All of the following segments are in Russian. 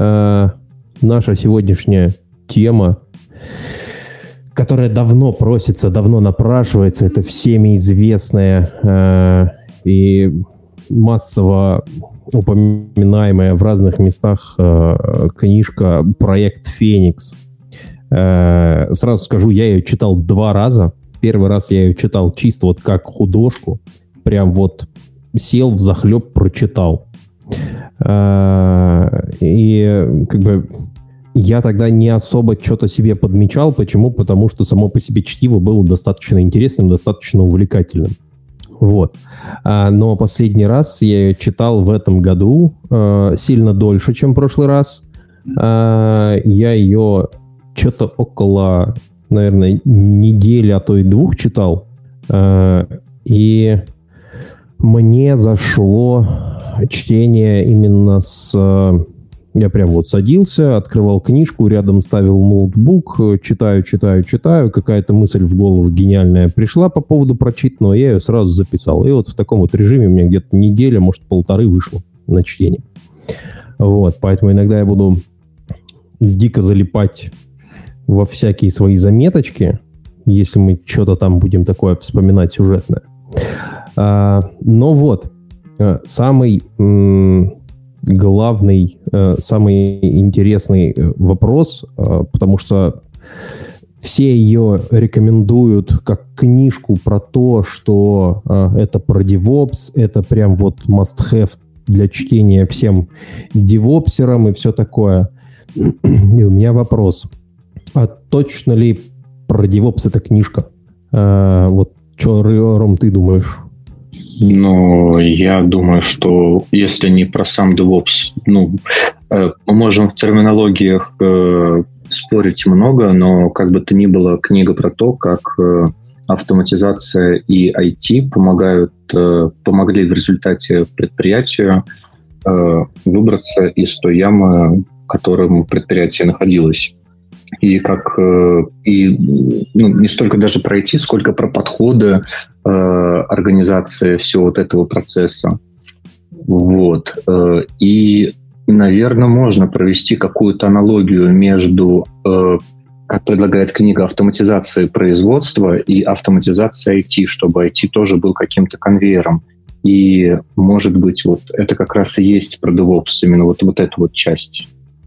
Наша сегодняшняя тема, которая давно просится, давно напрашивается, это всеми известная и массово упоминаемая в разных местах книжка «Проект Феникс». Сразу скажу, я ее читал 2 раза. Первый раз я ее читал чисто вот как художку. Прям вот сел взахлеб, прочитал. И как бы я тогда не особо что-то себе подмечал. Почему? Потому что само по себе чтиво было достаточно интересным, достаточно увлекательным. Вот. Но последний раз я ее читал в этом году сильно дольше, чем в прошлый раз. Я ее что-то около, наверное, недели, а то и 2 читал. И мне зашло чтение именно с... Я прям вот садился, открывал книжку, рядом ставил ноутбук, читаю. Какая-то мысль в голову гениальная пришла по поводу прочитанного, я ее сразу записал. И вот в таком вот режиме у меня где-то неделя, может, 1.5 вышло на чтение. Вот, поэтому иногда я буду дико залипать во всякие свои заметочки, если мы что-то там будем такое вспоминать сюжетное. Но вот, самый главный, самый интересный вопрос, потому что все ее рекомендуют как книжку про то, что это про DevOps, это прям вот must-have для чтения всем девопсерам и все такое. И у меня вопрос. А точно ли про DevOps эта книжка? Вот что, Ром, ты думаешь? Ну, я думаю, что если не про сам DevOps, мы можем в терминологиях спорить много, но как бы то ни было, книга про то, как автоматизация и IT помогли в результате предприятию выбраться из той ямы, в которой предприятие находилось. И не столько даже про IT, сколько про подходы организации всего вот этого процесса. Вот. И, наверное, можно провести какую-то аналогию между, как предлагает книга, автоматизацией производства и автоматизацией IT, чтобы IT тоже был каким-то конвейером. И, может быть, вот это как раз и есть про DevOps, именно вот эту вот часть.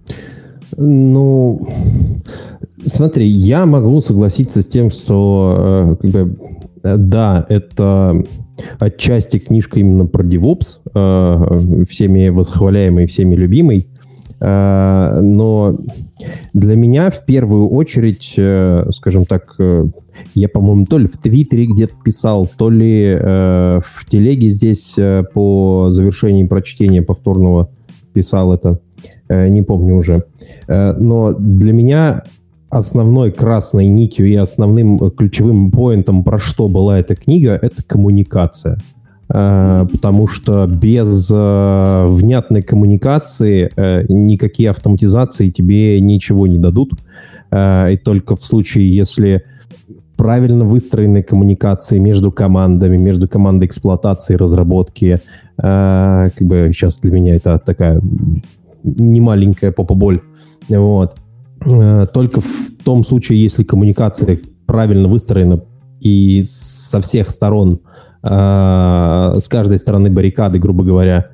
Ну, смотри, я могу согласиться с тем, что да, это отчасти книжка именно про DevOps, всеми восхваляемый, всеми любимый, но для меня в первую очередь, скажем так, я, по-моему, то ли в Твиттере где-то писал, то ли в телеге здесь по завершении прочтения повторного писал это, не помню уже. Но для меня основной красной нитью и основным ключевым поинтом, про что была эта книга, это коммуникация. Потому что без внятной коммуникации никакие автоматизации тебе ничего не дадут. И только в случае, если правильно выстроены коммуникации между командами, между командой эксплуатации, разработки, сейчас для меня это такая немаленькая попа-боль. Вот. Только в том случае, если коммуникация правильно выстроена и со всех сторон, с каждой стороны баррикады, грубо говоря,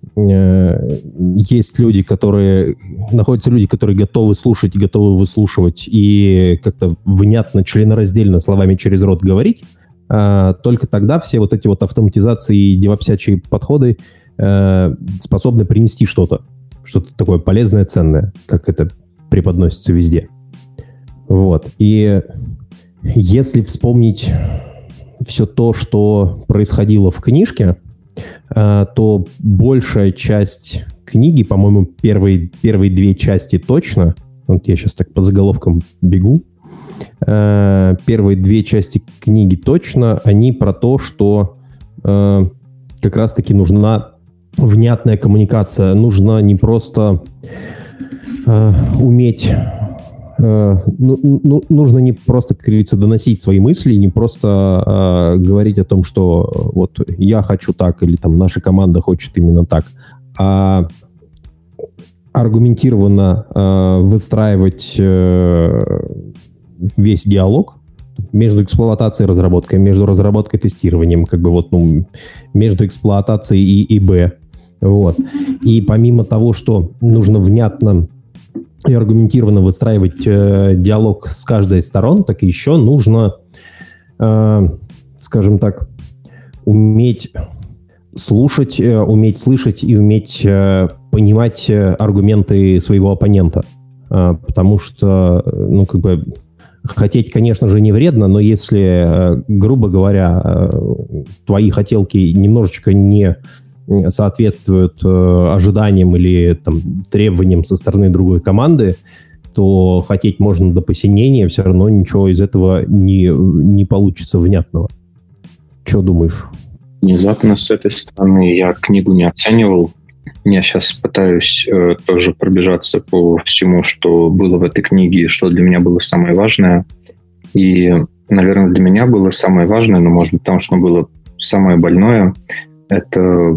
есть люди, находятся люди, которые готовы слушать и готовы выслушивать и как-то внятно, членораздельно словами через рот говорить, только тогда все вот эти вот автоматизации и девопсячие подходы способны принести что-то такое полезное, ценное, как это преподносится везде. Вот. И если вспомнить все то, что происходило в книжке, то большая часть книги, по-моему, первые 2 части точно, вот я сейчас так по заголовкам бегу, первые 2 части книги точно, они про то, что как раз-таки нужна внятная коммуникация. Нужно не просто уметь... нужно не просто, как говорится, доносить свои мысли, не просто говорить о том, что вот я хочу так, или там наша команда хочет именно так, а аргументированно выстраивать весь диалог между эксплуатацией и разработкой, между разработкой и тестированием, между эксплуатацией и Б. Вот. И помимо того, что нужно внятно и аргументированно выстраивать диалог с каждой из сторон, так еще нужно, скажем так, уметь слушать, уметь слышать и уметь понимать аргументы своего оппонента. Потому что, хотеть, конечно же, не вредно, но если, грубо говоря, твои хотелки немножечко не соответствуют ожиданиям или требованиям со стороны другой команды, то хотеть можно до посинения, все равно ничего из этого не получится внятного. Что думаешь? Внезапно с этой стороны я книгу не оценивал. Я сейчас пытаюсь тоже пробежаться по всему, что было в этой книге, и что для меня было самое важное. И, наверное, для меня было самое важное, но, может быть, потому что было самое больное, это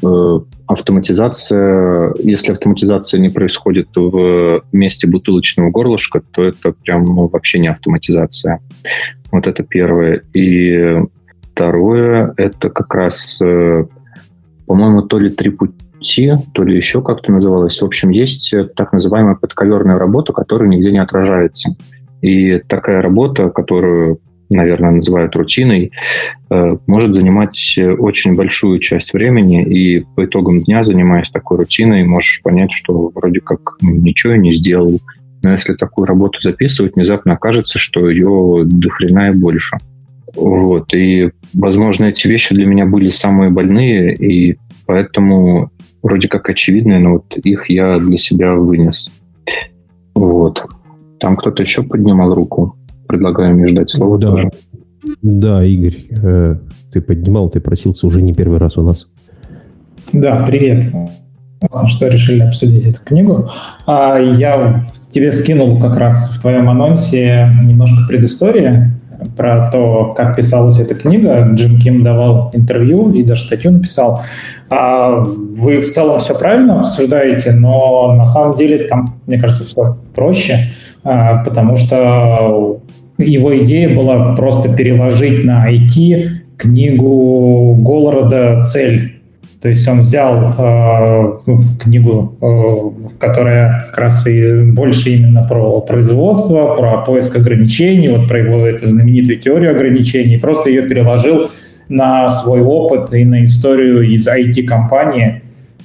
автоматизация. Если автоматизация не происходит в месте бутылочного горлышка, то это прям вообще не автоматизация. Вот это первое. И второе, это как раз, по-моему, то ли 3 пути, то ли еще как-то называлось. В общем, есть так называемая подковерная работа, которая нигде не отражается. И такая работа, которую, наверное, называют рутиной, может занимать очень большую часть времени, и по итогам дня, занимаясь такой рутиной, можешь понять, что вроде как ничего я не сделал. Но если такую работу записывать, внезапно окажется, что ее дохрена и больше. Вот. И, возможно, эти вещи для меня были самые больные, и поэтому вроде как очевидные, но вот их я для себя вынес. Вот. Там кто-то еще поднимал руку. Предлагаю мне ждать слова тоже. Да, Игорь, ты поднимал, ты просился уже не первый раз у нас. Да, привет. Что решили обсудить эту книгу. Я тебе скинул как раз в твоем анонсе немножко предыстории про то, как писалась эта книга. Джим Ким давал интервью и даже статью написал. Вы в целом все правильно обсуждаете, но на самом деле там, мне кажется, все проще, потому что его идея была просто переложить на IT книгу Голларда «Цель». То есть он взял книгу, которая как раз и больше именно про производство, про поиск ограничений, вот про его эту знаменитую теорию ограничений, просто ее переложил на свой опыт и на историю из IT-компании.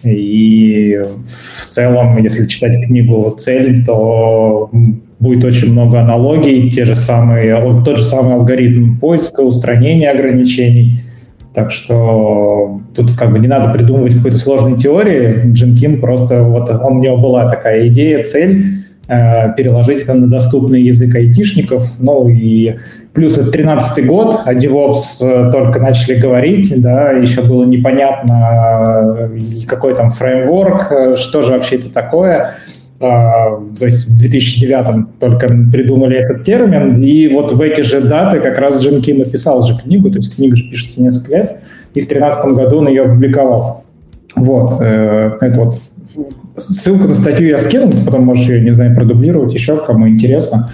И в целом, если читать книгу «Цель», то будет очень много аналогий, тот же самый алгоритм поиска, устранения ограничений. Так что тут не надо придумывать какой-то сложной теории. Джим Ким просто, у него была такая идея, цель, переложить это на доступный язык айтишников. Ну и плюс это 13-й год, о DevOps только начали говорить, да, еще было непонятно, какой там фреймворк, что же вообще это такое. То есть в 2009-м только придумали этот термин, и вот в эти же даты как раз Джим Ким написал же книгу, то есть книга же пишется несколько лет, и в 2013 году он ее опубликовал. Вот, это вот ссылку на статью я скинул, потом можешь ее, не знаю, продублировать еще, кому интересно.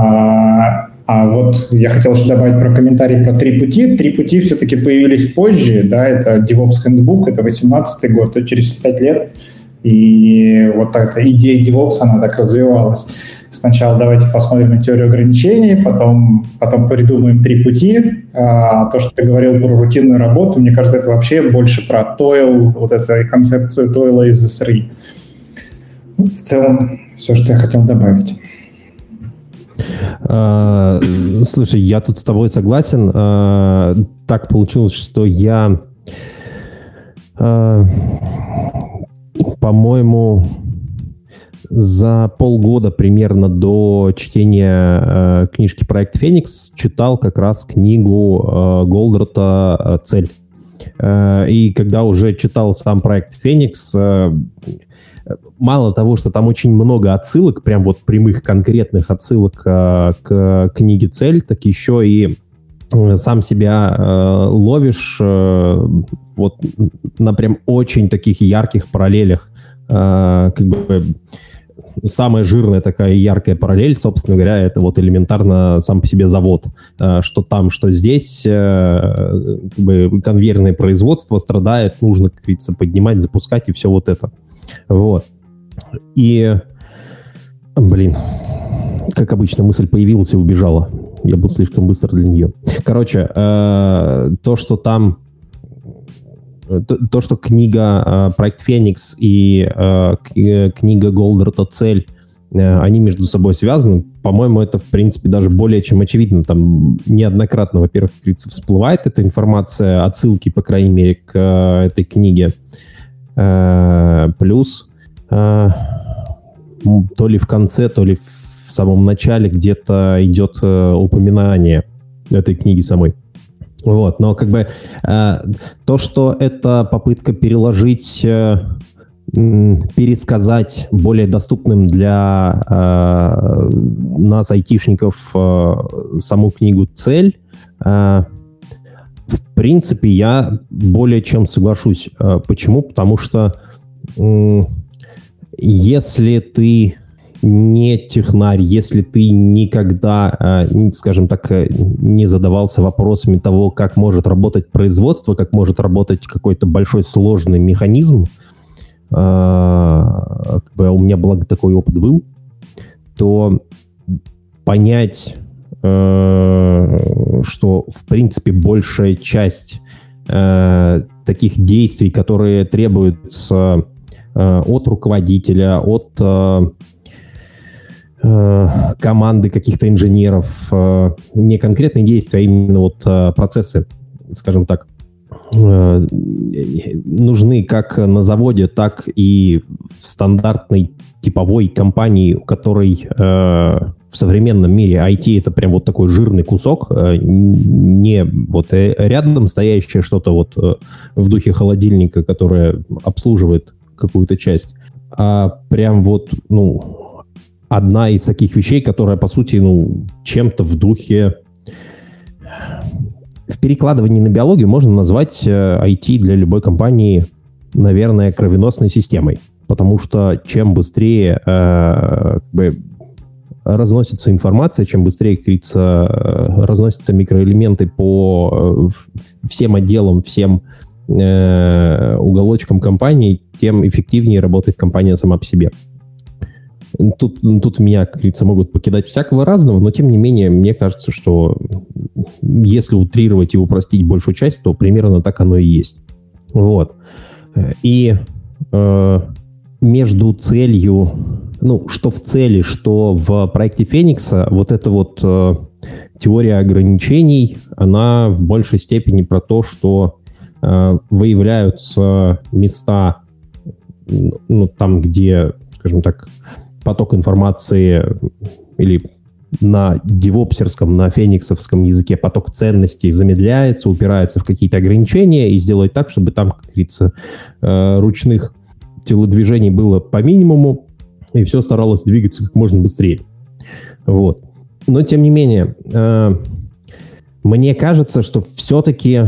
А вот я хотел еще добавить про комментарий про 3 пути. 3 пути все-таки появились позже, да, это DevOps Handbook, это 2018 год, то через 5 лет. И вот эта идея DevOps, она так развивалась. Сначала давайте посмотрим на теорию ограничений, потом придумаем 3 пути. А то, что ты говорил про рутинную работу, мне кажется, это вообще больше про toil, вот эту концепцию toil as a SRE. В целом, все, что я хотел добавить. Слушай, я тут с тобой согласен. Так получилось, что я... по-моему, за полгода примерно до чтения книжки «Проект Феникс» читал как раз книгу Голдрата «Цель». И когда уже читал сам «Проект Феникс», мало того, что там очень много отсылок, прям вот прямых конкретных отсылок к книге «Цель», так еще и сам себя ловишь вот на прям очень таких ярких параллелях как бы самая жирная такая яркая параллель, собственно говоря, это вот элементарно сам по себе завод. Что там, что здесь, как бы конвейерное производство страдает, нужно, как говорится, поднимать, запускать и все вот это. Вот. И, блин, как обычно, мысль появилась и убежала. Я был слишком быстро для нее. Короче, то, что там... То, что книга «Проект Феникс» и книга «Голдерта. Цель», они между собой связаны, по-моему, это, в принципе, даже более чем очевидно. Там неоднократно, во-первых, как говорится, всплывает эта информация, отсылки, по крайней мере, к этой книге. Плюс то ли в конце, то ли в самом начале где-то идет упоминание этой книги самой. Вот, но как бы то, что это попытка переложить, пересказать более доступным для нас, айтишников, саму книгу «Цель», в принципе, я более чем соглашусь. Почему? Потому что если ты не технарь, если ты никогда, скажем так, не задавался вопросами того, как может работать производство, как может работать какой-то большой сложный механизм, у меня, благо, такой опыт был, то понять, что, в принципе, большая часть таких действий, которые требуются от руководителя, от команды каких-то инженеров, не конкретные действия, а именно вот процессы, скажем так, нужны как на заводе, так и в стандартной типовой компании, у которой в современном мире IT это прям вот такой жирный кусок, не вот рядом стоящее что-то вот в духе холодильника, которое обслуживает какую-то часть, а прям вот, одна из таких вещей, которая, по сути, чем-то в духе... В перекладывании на биологию можно назвать IT для любой компании, наверное, кровеносной системой. Потому что чем быстрее разносится информация, чем быстрее, как говорится, разносятся микроэлементы по всем отделам, всем уголочкам компании, тем эффективнее работает компания сама по себе. Тут меня, как говорится, могут покидать всякого разного, но тем не менее, мне кажется, что если утрировать и упростить большую часть, то примерно так оно и есть. Вот. И между целью, что в цели, что в проекте Феникса, вот эта вот теория ограничений, она в большей степени про то, что выявляются места, там, где, скажем так, поток информации или на девопсерском, на фениксовском языке поток ценностей замедляется, упирается в какие-то ограничения и сделать так, чтобы там, как говорится, ручных телодвижений было по минимуму, и все старалось двигаться как можно быстрее. Вот. Но, тем не менее, мне кажется, что все-таки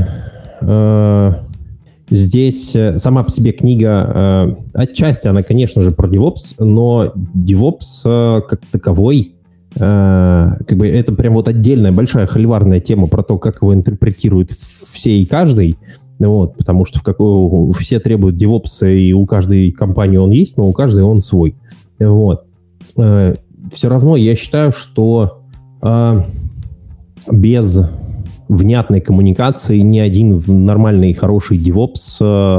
здесь сама по себе книга, отчасти она, конечно же, про DevOps, но DevOps как таковой, это прям вот отдельная большая холиварная тема про то, как его интерпретируют все и каждый, вот, потому что все требуют DevOps, и у каждой компании он есть, но у каждой он свой. Вот. Все равно я считаю, что без внятной коммуникации ни один нормальный и хороший DevOps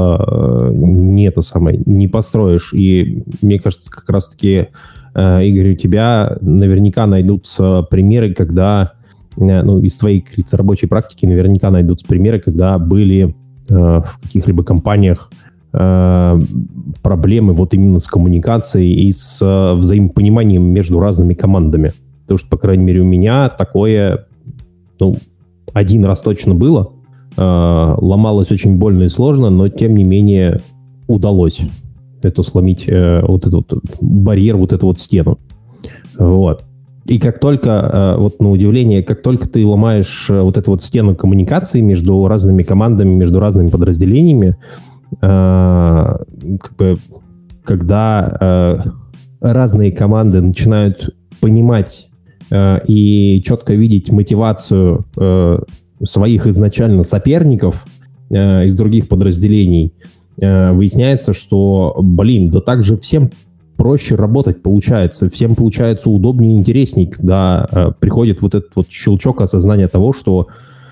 не построишь. И мне кажется, как раз-таки, Игорь, у тебя наверняка найдутся примеры, когда, из твоей, как говорится, рабочей практики наверняка найдутся примеры, когда были в каких-либо компаниях проблемы вот именно с коммуникацией и с взаимопониманием между разными командами. Потому что, по крайней мере, у меня такое, один раз точно было. Ломалось очень больно и сложно, но, тем не менее, удалось это сломить, вот этот вот барьер, вот эту вот стену. Вот. И как только, на удивление, как только ты ломаешь вот эту вот стену коммуникации между разными командами, между разными подразделениями, когда разные команды начинают понимать и четко видеть мотивацию своих изначально соперников из других подразделений, выясняется, что, да так же всем проще работать получается, всем получается удобнее и интересней, когда приходит вот этот вот щелчок осознания того, что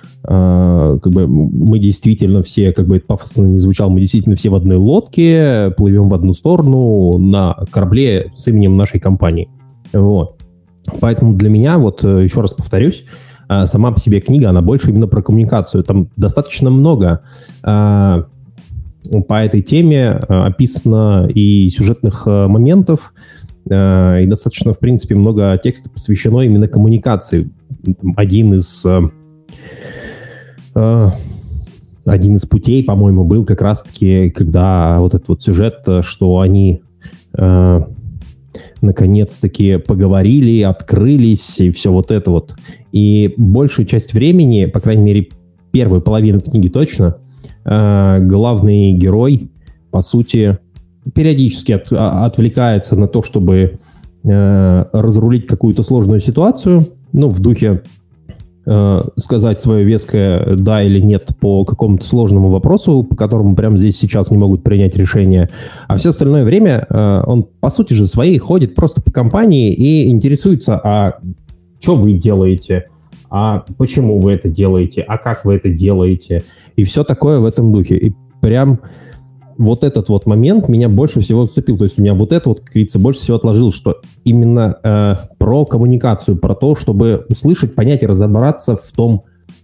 мы действительно все, как бы это пафосно не звучало, мы действительно все в одной лодке, плывем в одну сторону на корабле с именем нашей компании. Вот. Поэтому для меня, еще раз повторюсь, сама по себе книга, она больше именно про коммуникацию. Там достаточно много по этой теме описано и сюжетных моментов, и достаточно, в принципе, много текста посвящено именно коммуникации. Один из путей, по-моему, был как раз-таки, когда вот этот вот сюжет, что они наконец-таки поговорили, открылись, и все вот это вот. И большую часть времени, по крайней мере, первую половину книги точно, главный герой, по сути, периодически отвлекается на то, чтобы разрулить какую-то сложную ситуацию, в духе сказать свое веское «да» или «нет» по какому-то сложному вопросу, по которому прямо здесь сейчас не могут принять решение. А все остальное время он, по сути же своей, ходит просто по компании и интересуется, а что вы делаете, а почему вы это делаете, а как вы это делаете, и все такое в этом духе. И прям вот этот вот момент меня больше всего зацепил. То есть у меня вот это вот, как говорится, больше всего отложилось, что именно про коммуникацию, про то, чтобы услышать, понять и разобраться в том,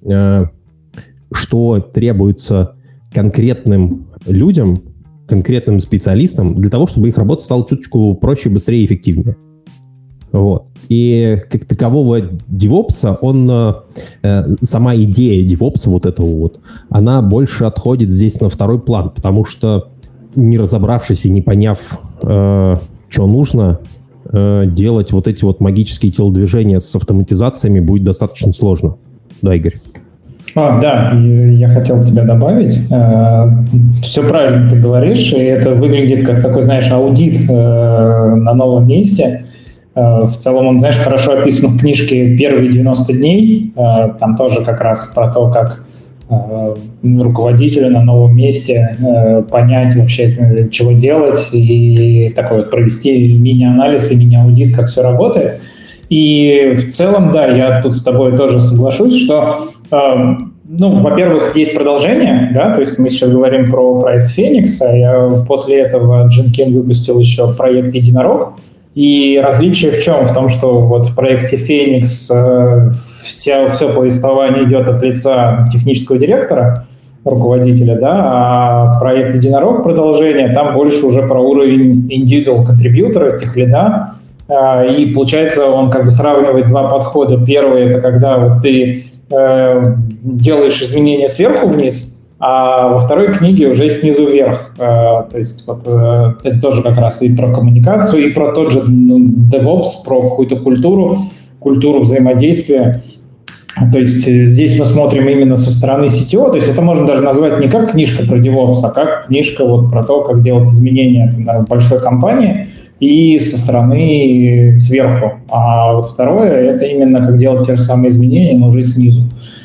что требуется конкретным людям, конкретным специалистам для того, чтобы их работа стала чуточку проще, быстрее и эффективнее. Вот. И как такового DevOps, сама идея DevOps вот этого вот, она больше отходит здесь на второй план, потому что не разобравшись и не поняв, что нужно, делать вот эти вот магические телодвижения с автоматизациями будет достаточно сложно. Да, Игорь? Да, я хотел тебя добавить. Все правильно ты говоришь, и это выглядит как такой, аудит на новом месте. В целом он, хорошо описан в книжке «Первые 90 дней». Там тоже как раз про то, как руководителю на новом месте понять вообще, чего делать, и такой вот провести мини-анализ и мини-аудит, как все работает. И в целом, да, я тут с тобой тоже соглашусь, что, во-первых, есть продолжение, да, то есть мы сейчас говорим про проект «Феникс», а после этого Jenkins выпустил еще проект «Единорог». И различие в чем? В том, что вот в проекте «Феникс» все повествование идет от лица технического директора, руководителя, да, а проект «Единорог» продолжение, там больше уже про уровень individual contributor, техлида, и получается он как бы сравнивает два подхода. Первый — это когда вот ты делаешь изменения сверху вниз, а во второй книге уже снизу вверх. То есть вот это тоже как раз и про коммуникацию, и про тот же DevOps, про какую-то культуру взаимодействия. То есть здесь мы смотрим именно со стороны CTO, то есть это можно даже назвать не как книжка про DevOps, а как книжка вот про то, как делать изменения в большой компании и со стороны сверху. А вот второе — это именно как делать те же самые изменения, но уже снизу.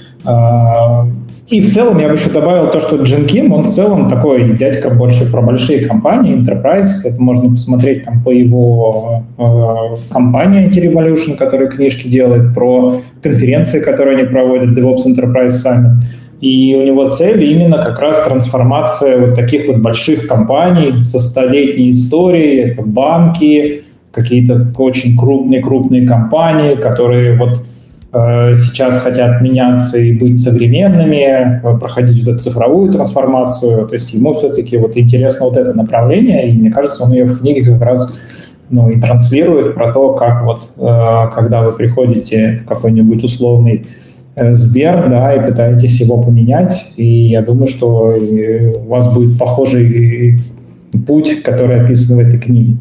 И в целом я бы еще добавил то, что Джин Ким, он в целом такой дядька больше про большие компании, Enterprise. Это можно посмотреть там по его компании Anti-Revolution, которая книжки делает, про конференции, которые они проводят, DevOps Enterprise Summit. И у него цель именно как раз трансформация вот таких вот больших компаний со столетней историей. Это банки, какие-то очень крупные компании, которые вот сейчас хотят меняться и быть современными, проходить вот эту цифровую трансформацию. То есть ему все-таки вот интересно вот это направление, и мне кажется, он ее в книге как раз и транслирует про то, как вот, когда вы приходите в какой-нибудь условный Сбер, да, и пытаетесь его поменять, и я думаю, что у вас будет похожий путь, который описан в этой книге.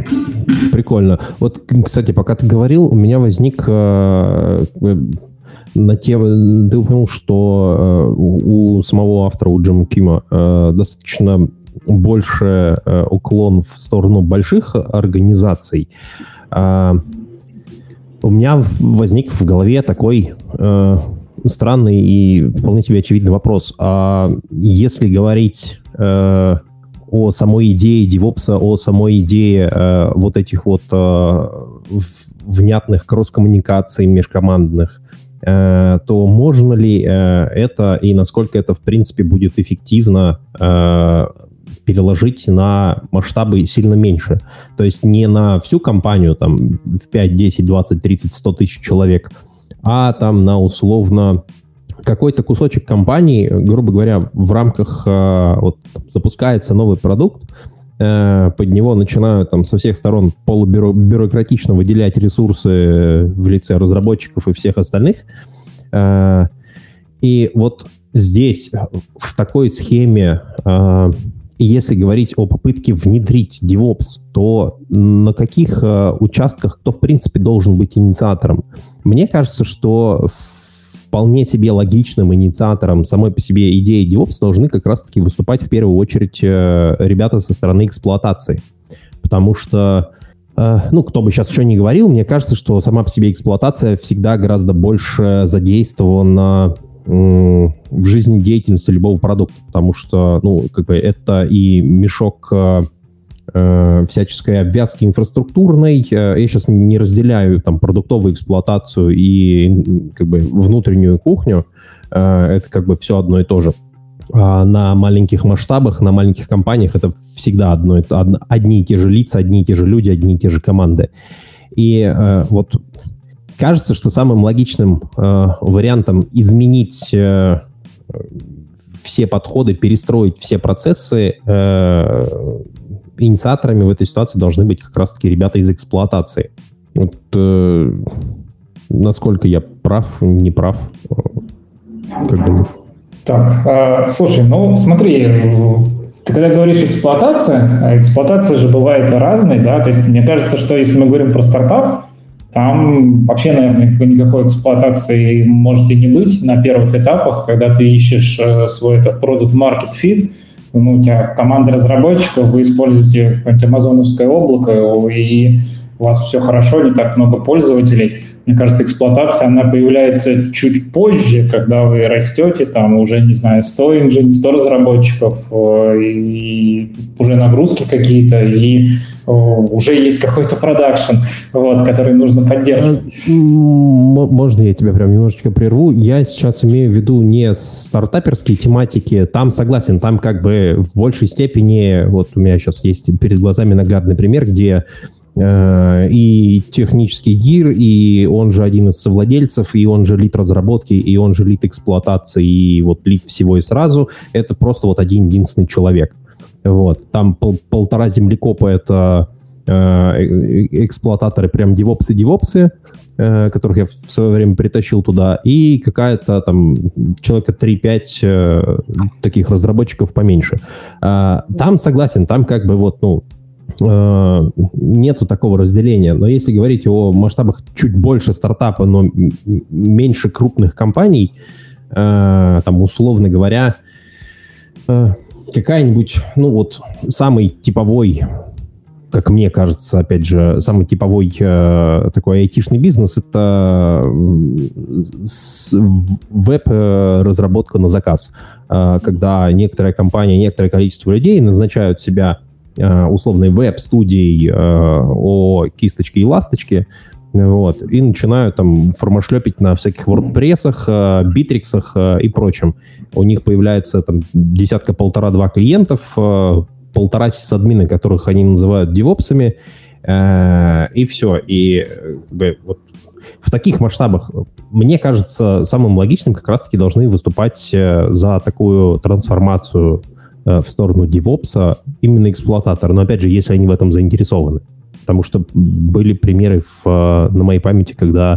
Прикольно. Вот, кстати, пока ты говорил, у меня возник на тему, ты упомянул, что у самого автора, у Джима Кима, достаточно больше уклон в сторону больших организаций. У меня возник в голове такой странный и вполне себе очевидный вопрос. Если говорить о самой идее DevOps, о самой идее вот этих вот внятных кросс-коммуникаций межкомандных, то можно ли это и насколько это, в принципе, будет эффективно переложить на масштабы сильно меньше? То есть не на всю компанию, там, в 5, 10, 20, 30, 100 тысяч человек, а там на условно какой-то кусочек компании, грубо говоря, в рамках вот, запускается новый продукт, под него начинают там со всех сторон полубюрократично выделять ресурсы в лице разработчиков и всех остальных. И вот здесь, в такой схеме, если говорить о попытке внедрить DevOps, то на каких участках кто, в принципе, должен быть инициатором? Мне кажется, что вполне себе логичным инициатором самой по себе идеи DevOps должны как раз-таки выступать в первую очередь ребята со стороны эксплуатации. Потому что, кто бы сейчас еще ни говорил, мне кажется, что сама по себе эксплуатация всегда гораздо больше задействована в жизнедеятельности любого продукта, потому что, это и мешок всяческой обвязки инфраструктурной. Я сейчас не разделяю там продуктовую эксплуатацию и внутреннюю кухню. Это все одно и то же. А на маленьких масштабах, на маленьких компаниях это всегда одни и те же лица, одни и те же люди, одни и те же команды. И вот кажется, что самым логичным вариантом изменить все подходы, перестроить все процессы, инициаторами в этой ситуации должны быть как раз-таки ребята из эксплуатации. Вот, насколько я прав, не прав? Как думаешь? Так, слушай, смотри, ты когда говоришь эксплуатация, эксплуатация же бывает разной, да, то есть мне кажется, что если мы говорим про стартап, там вообще, наверное, никакой эксплуатации может и не быть на первых этапах, когда ты ищешь свой этот product market fit, у тебя команда разработчиков, вы используете какое-нибудь амазоновское облако, и у вас все хорошо, не так много пользователей. Мне кажется, эксплуатация, она появляется чуть позже, когда вы растете, там уже, 100 разработчиков, и уже нагрузки какие-то, и уже есть какой-то продакшн, который нужно поддерживать. Можно я тебя прям немножечко прерву? Я сейчас имею в виду не стартаперские тематики. Там согласен, там в большей степени, вот у меня сейчас есть перед глазами наглядный пример, где и технический гир, и он же один из совладельцев, и он же лид разработки, и он же лид эксплуатации, и вот лид всего и сразу. Это просто один-единственный человек. Вот. Там полтора землекопа — это эксплуататоры, прям девопсы, которых я в свое время притащил туда, и какая-то там человека 3-5 таких разработчиков поменьше. Там согласен, там нету такого разделения. Но если говорить о масштабах чуть больше стартапа, но меньше крупных компаний, там, условно говоря, какая-нибудь, самый типовой, как мне кажется, опять же, самый типовой такой айтишный бизнес — это веб-разработка на заказ. Когда некоторая компания, некоторое количество людей назначают себя условной веб-студией о кисточке и ласточке, и начинают там формашлепить на всяких WordPress'ах, Bittrex и прочем. У них появляется там десятка-полтора-два клиентов, полтора сисадмина, которых они называют девопсами, и все. И в таких масштабах, мне кажется, самым логичным как раз-таки должны выступать за такую трансформацию в сторону DevOps именно эксплуататоры. Но, опять же, если они в этом заинтересованы. Потому что были примеры на моей памяти, когда,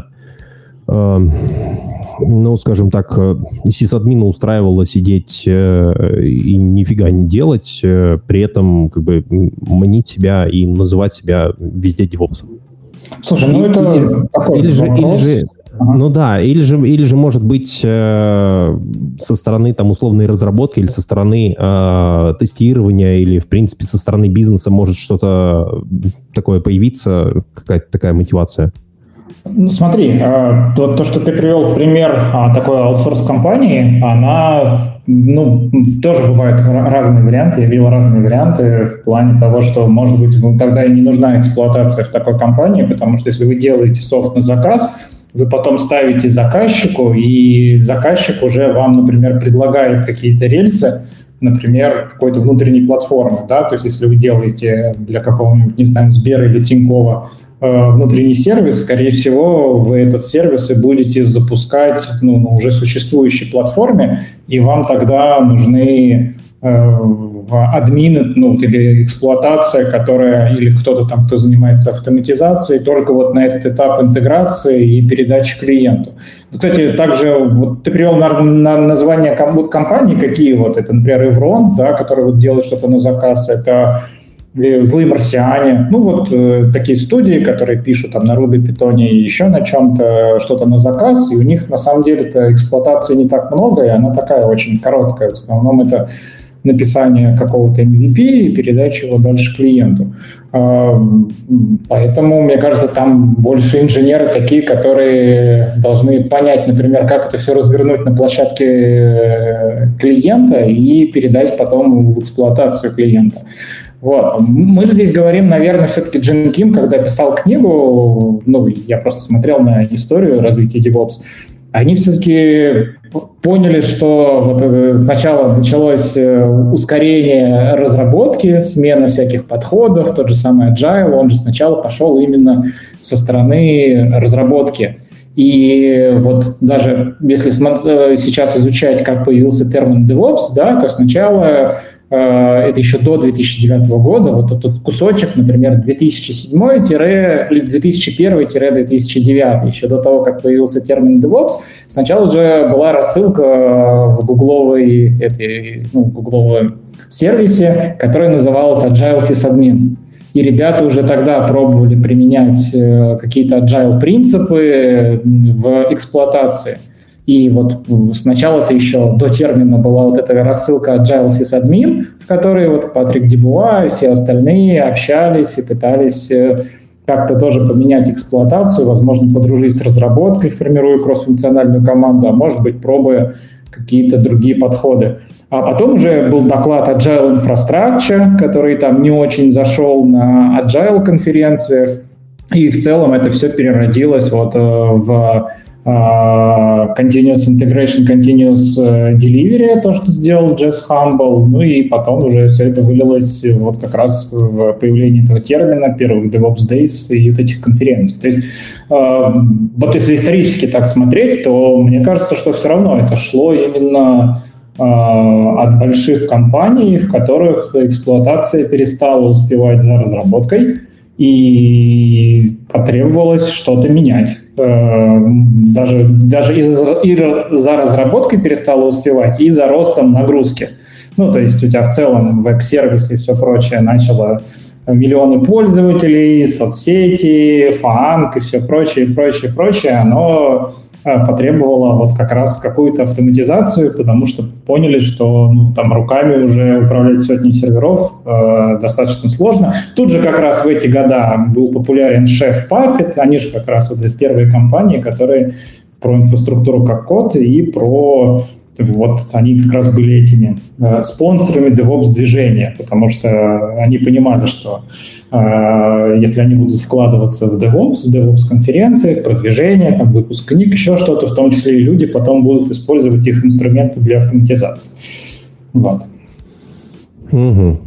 скажем так, сисадмина устраивало сидеть и нифига не делать, при этом манить себя и называть себя везде DevOps. Слушай, это такой вопрос. Ну да, или же может быть со стороны там условной разработки или со стороны тестирования или в принципе со стороны бизнеса может что-то такое появиться, какая-то такая мотивация. Ну, смотри, то, что ты привел пример такой аутсорс-компании, она, тоже бывают разные варианты, я видел разные варианты в плане того, что, может быть, тогда и не нужна эксплуатация в такой компании, потому что если вы делаете софт на заказ, вы потом ставите заказчику, и заказчик уже вам, например, предлагает какие-то рельсы, например, какой-то внутренней платформы, да, то есть если вы делаете для какого-нибудь, не знаю, Сбера или Тинькова внутренний сервис, скорее всего, вы этот сервис и будете запускать на уже существующей платформе, и вам тогда нужны админы, или эксплуатация, или кто-то там, кто занимается автоматизацией, только вот на этот этап интеграции и передачи клиенту. Кстати, также вот ты привел название компаний, какие вот, это, например, Evron, да, который вот делает что-то на заказ, это «Злые марсиане», такие студии, которые пишут там на Ruby, Python и еще на чем-то, что-то на заказ, и у них на самом деле-то эксплуатации не так много, и она такая очень короткая. В основном это написание какого-то MVP и передача его дальше клиенту. Поэтому, мне кажется, там больше инженеры такие, которые должны понять, например, как это все развернуть на площадке клиента и передать потом в эксплуатацию клиента. Вот. Мы же здесь говорим, наверное, все-таки Джин Ким, когда писал книгу, я просто смотрел на историю развития DevOps, они все-таки поняли, что вот сначала началось ускорение разработки, смена всяких подходов, тот же самый Agile, он же сначала пошел именно со стороны разработки. И вот даже если сейчас изучать, как появился термин DevOps, да, то сначала это еще до 2009 года, вот этот кусочек, например, 2001-2009, еще до того, как появился термин DevOps, сначала же была рассылка в гугловом сервисе, который назывался Agile Sysadmin. И ребята уже тогда пробовали применять какие-то agile принципы в эксплуатации. И вот сначала-то еще до термина была вот эта рассылка Agile Sysadmin, в которой вот Патрик Дебуа и все остальные общались и пытались как-то тоже поменять эксплуатацию, возможно, подружить с разработкой, формируя кроссфункциональную команду, а может быть, пробуя какие-то другие подходы. А потом уже был доклад Agile Infrastructure, который там не очень зашел на Agile конференциях, и в целом это все переродилось вот в Continuous Integration, Continuous Delivery, то, что сделал Jez Humble, и потом уже все это вылилось вот как раз в появление этого термина, первых DevOps Days и вот этих конференций. То есть вот если исторически так смотреть, то мне кажется, что все равно это шло именно от больших компаний, в которых эксплуатация перестала успевать за разработкой, и потребовалось что-то менять. Даже и за разработкой перестала успевать, и за ростом нагрузки. То есть у тебя в целом веб-сервисы и все прочее начало миллионы пользователей, соцсети, фанк и все прочее, оно потребовало вот как раз какую-то автоматизацию, потому что поняли, что там руками уже управлять сотней серверов достаточно сложно. Тут же как раз в эти года был популярен Chef Puppet, они же как раз вот эти первые компании, которые про инфраструктуру как код и про... Вот они как раз были этими спонсорами DevOps-движения, потому что они понимали, что если они будут вкладываться в DevOps-конференции, в продвижение, там, выпуск книг, еще что-то, в том числе и люди потом будут использовать их инструменты для автоматизации. Вот. Угу.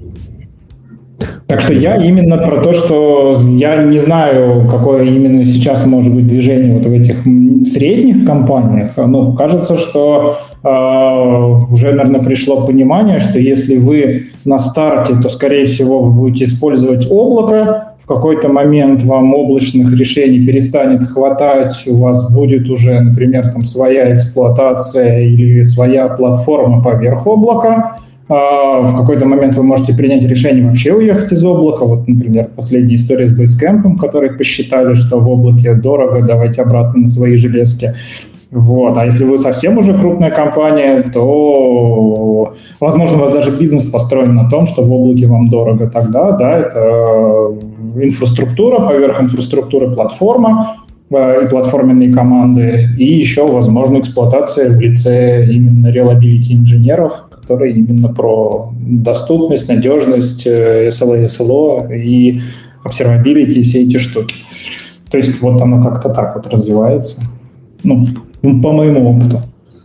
Так что я именно про то, что я не знаю, какое именно сейчас может быть движение вот в этих средних компаниях. Кажется, что уже, наверное, пришло понимание, что если вы на старте, то, скорее всего, вы будете использовать облако. В какой-то момент вам облачных решений перестанет хватать, у вас будет уже, например, там своя эксплуатация или своя платформа поверх облака. В какой-то момент вы можете принять решение вообще уехать из облака. Вот, например, последняя история с Basecamp, которые посчитали, что в облаке дорого, давайте обратно на свои железки. Вот. А если вы совсем уже крупная компания, то, возможно, у вас даже бизнес построен на том, что в облаке вам дорого. Тогда, да, это инфраструктура, поверх инфраструктуры платформа и платформенные команды, и еще, возможно, эксплуатация в лице именно reliability инженеров, которые именно про доступность, надежность, SLA, SLO и observability и все эти штуки. То есть вот оно как-то так вот развивается. Ну, по моему опыту.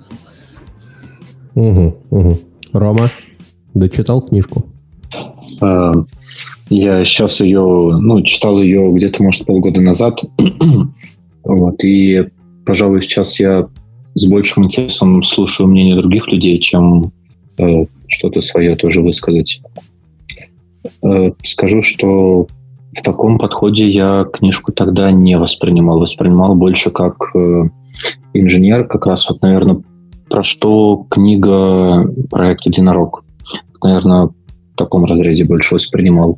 Рома, дочитал книжку? Я сейчас читал ее где-то, может, полгода назад. Вот, и, пожалуй, сейчас я с большим интересом слушаю мнение других людей, чем что-то свое тоже высказать. Скажу, что в таком подходе я книжку тогда не воспринимал. Воспринимал больше как инженер, как раз вот, наверное, про что книга «Проект Единорог». Наверное, в таком разрезе больше воспринимал.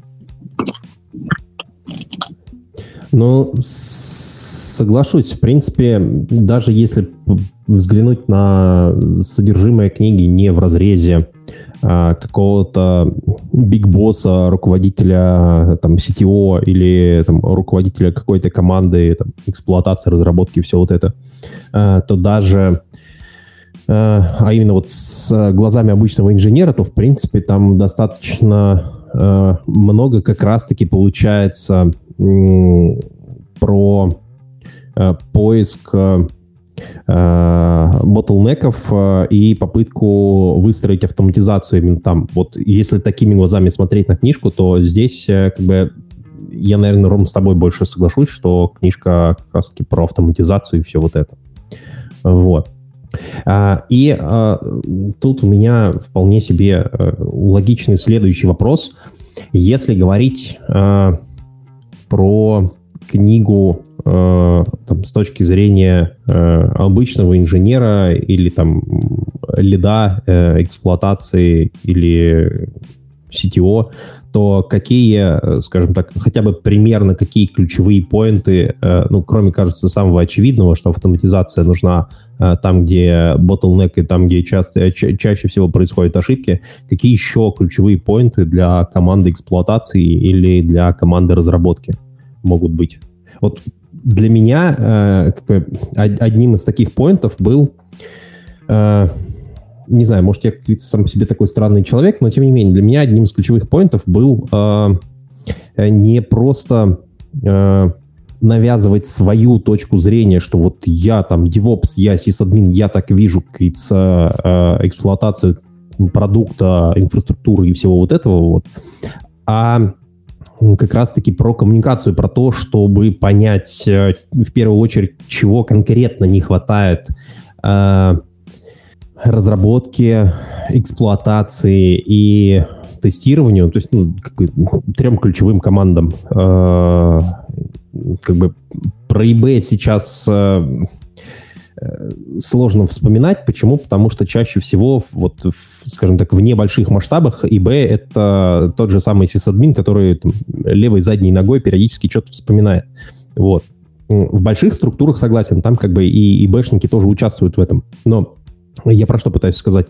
Ну, соглашусь. В принципе, даже если взглянуть на содержимое книги не в разрезе какого-то биг-босса, руководителя там, CTO или там, руководителя какой-то команды, там, эксплуатации, разработки, все вот это, то даже, а именно вот с глазами обычного инженера, то, в принципе, там достаточно много как раз-таки получается про поиск ботлнеков и попытку выстроить автоматизацию именно там. Вот если такими глазами смотреть на книжку, то здесь как бы я, наверное, Ром, с тобой больше соглашусь, что книжка как раз-таки про автоматизацию и все вот это. Вот. И тут у меня вполне себе логичный следующий вопрос. Если говорить про книгу там, с точки зрения обычного инженера или там лида эксплуатации или CTO, то какие, скажем так, хотя бы примерно какие ключевые поинты, ну, кроме, кажется, самого очевидного, что автоматизация нужна там, где bottleneck и там, где чаще всего происходят ошибки, какие еще ключевые поинты для команды эксплуатации или для команды разработки могут быть? Вот для меня одним из таких поинтов был, не знаю, может, я сам по себе такой странный человек, но тем не менее, для меня одним из ключевых поинтов был не просто навязывать свою точку зрения, что вот я там DevOps, я сисадмин, я так вижу, как говорится, эксплуатацию продукта, инфраструктуры и всего вот этого, вот, а как раз-таки про коммуникацию, про то, чтобы понять в первую очередь, чего конкретно не хватает разработке, эксплуатации и тестированию, то есть трем ключевым командам. Как бы про eBay сейчас сложно вспоминать. Почему? Потому что чаще всего, вот, скажем так, в небольших масштабах eBay — это тот же самый сисадмин, который там, левой задней ногой периодически что-то вспоминает. Вот. В больших структурах согласен, там как бы и eBay-шники тоже участвуют в этом. Но я про что пытаюсь сказать?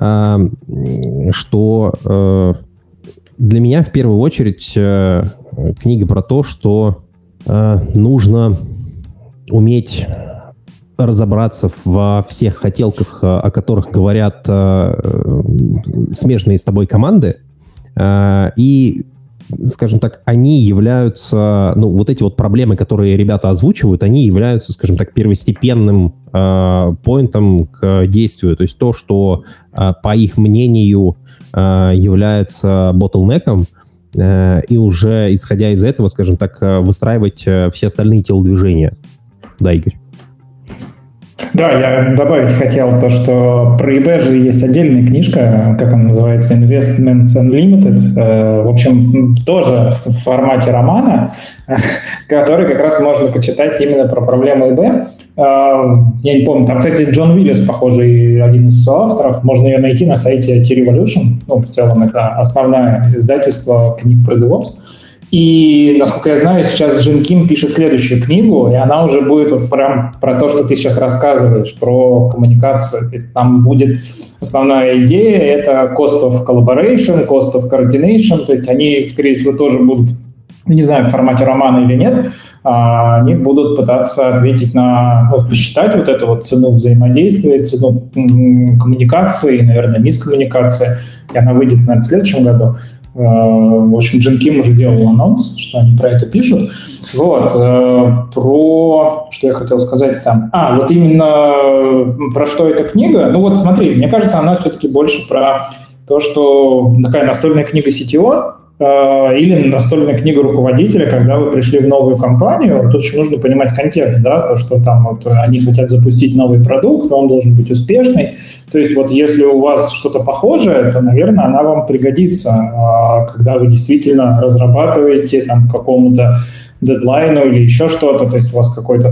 Что для меня в первую очередь книга про то, что нужно уметь разобраться во всех хотелках, о которых говорят смежные с тобой команды, и, скажем так, они являются, ну, вот эти вот проблемы, которые ребята озвучивают, они являются, скажем так, первостепенным поинтом к действию. То есть то, что, по их мнению, является ботлнеком, и уже, исходя из этого, скажем так, выстраивать все остальные телодвижения. Да, Игорь? Да, я добавить хотел то, что про eBay же есть отдельная книжка, как она называется, Investments Unlimited, в общем, тоже в формате романа, который как раз можно почитать именно про проблему eBay. Я не помню, там, кстати, Джон Уиллис, похожий, один из соавторов. Можно ее найти на сайте T-Revolution. Ну, в целом, это основное издательство книг про DevOps. И, насколько я знаю, сейчас Джин Ким пишет следующую книгу, и она уже будет вот прям про то, что ты сейчас рассказываешь, про коммуникацию. То есть там будет основная идея, это cost of collaboration, cost of coordination, то есть они, скорее всего, тоже будут, не знаю, в формате романа или нет, они будут пытаться ответить на, вот, посчитать вот эту вот цену взаимодействия, цену коммуникации, наверное, мискоммуникации, и она выйдет, наверное, в следующем году. В общем, Джин Ким уже делал анонс, что они про это пишут. Вот. Про... Что я хотел сказать там? Вот именно про что эта книга. Ну вот смотри, мне кажется, она все-таки больше про то, что такая настольная книга CTO или настольная книга руководителя, когда вы пришли в новую компанию. Тут еще нужно понимать контекст, да, то, что там вот они хотят запустить новый продукт, он должен быть успешный. То есть вот если у вас что-то похожее, то, наверное, она вам пригодится, когда вы действительно разрабатываете там какому-то дедлайну или еще что-то, то есть у вас какой-то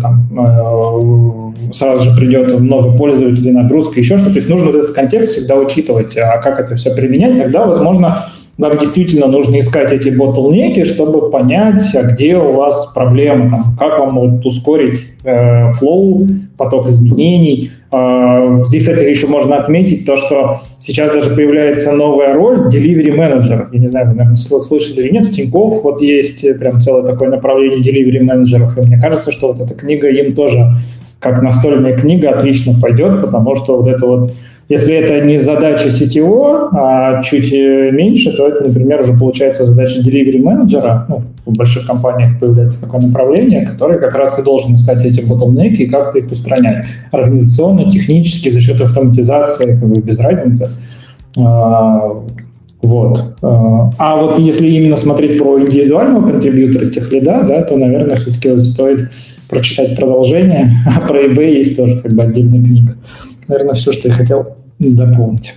там сразу же придет много пользователей, нагрузка, еще что-то. То есть нужно вот этот контекст всегда учитывать, а как это все применять, тогда, возможно, вам действительно нужно искать эти ботлнеки, чтобы понять, где у вас проблемы, там, как вам вот ускорить флоу, поток изменений. Здесь, кстати, еще можно отметить то, что сейчас даже появляется новая роль delivery manager. Я не знаю, вы, наверное, слышали или нет, в Тинькофф вот есть прям целое такое направление delivery менеджеров. И мне кажется, что вот эта книга им тоже, как настольная книга, отлично пойдет, потому что вот это вот, если это не задача CTO, а чуть меньше, то это, например, уже получается задача delivery менеджера. Ну, в больших компаниях появляется такое направление, которое как раз и должен искать эти ботлнеки и как-то их устранять. Организационно, технически, за счет автоматизации, как бы без разницы. Вот. А вот если именно смотреть про индивидуального контрибьютора, техлида, да, то, наверное, все-таки стоит прочитать продолжение. А про eBay есть тоже как бы отдельная книга. Наверное, все, что я хотел дополнить.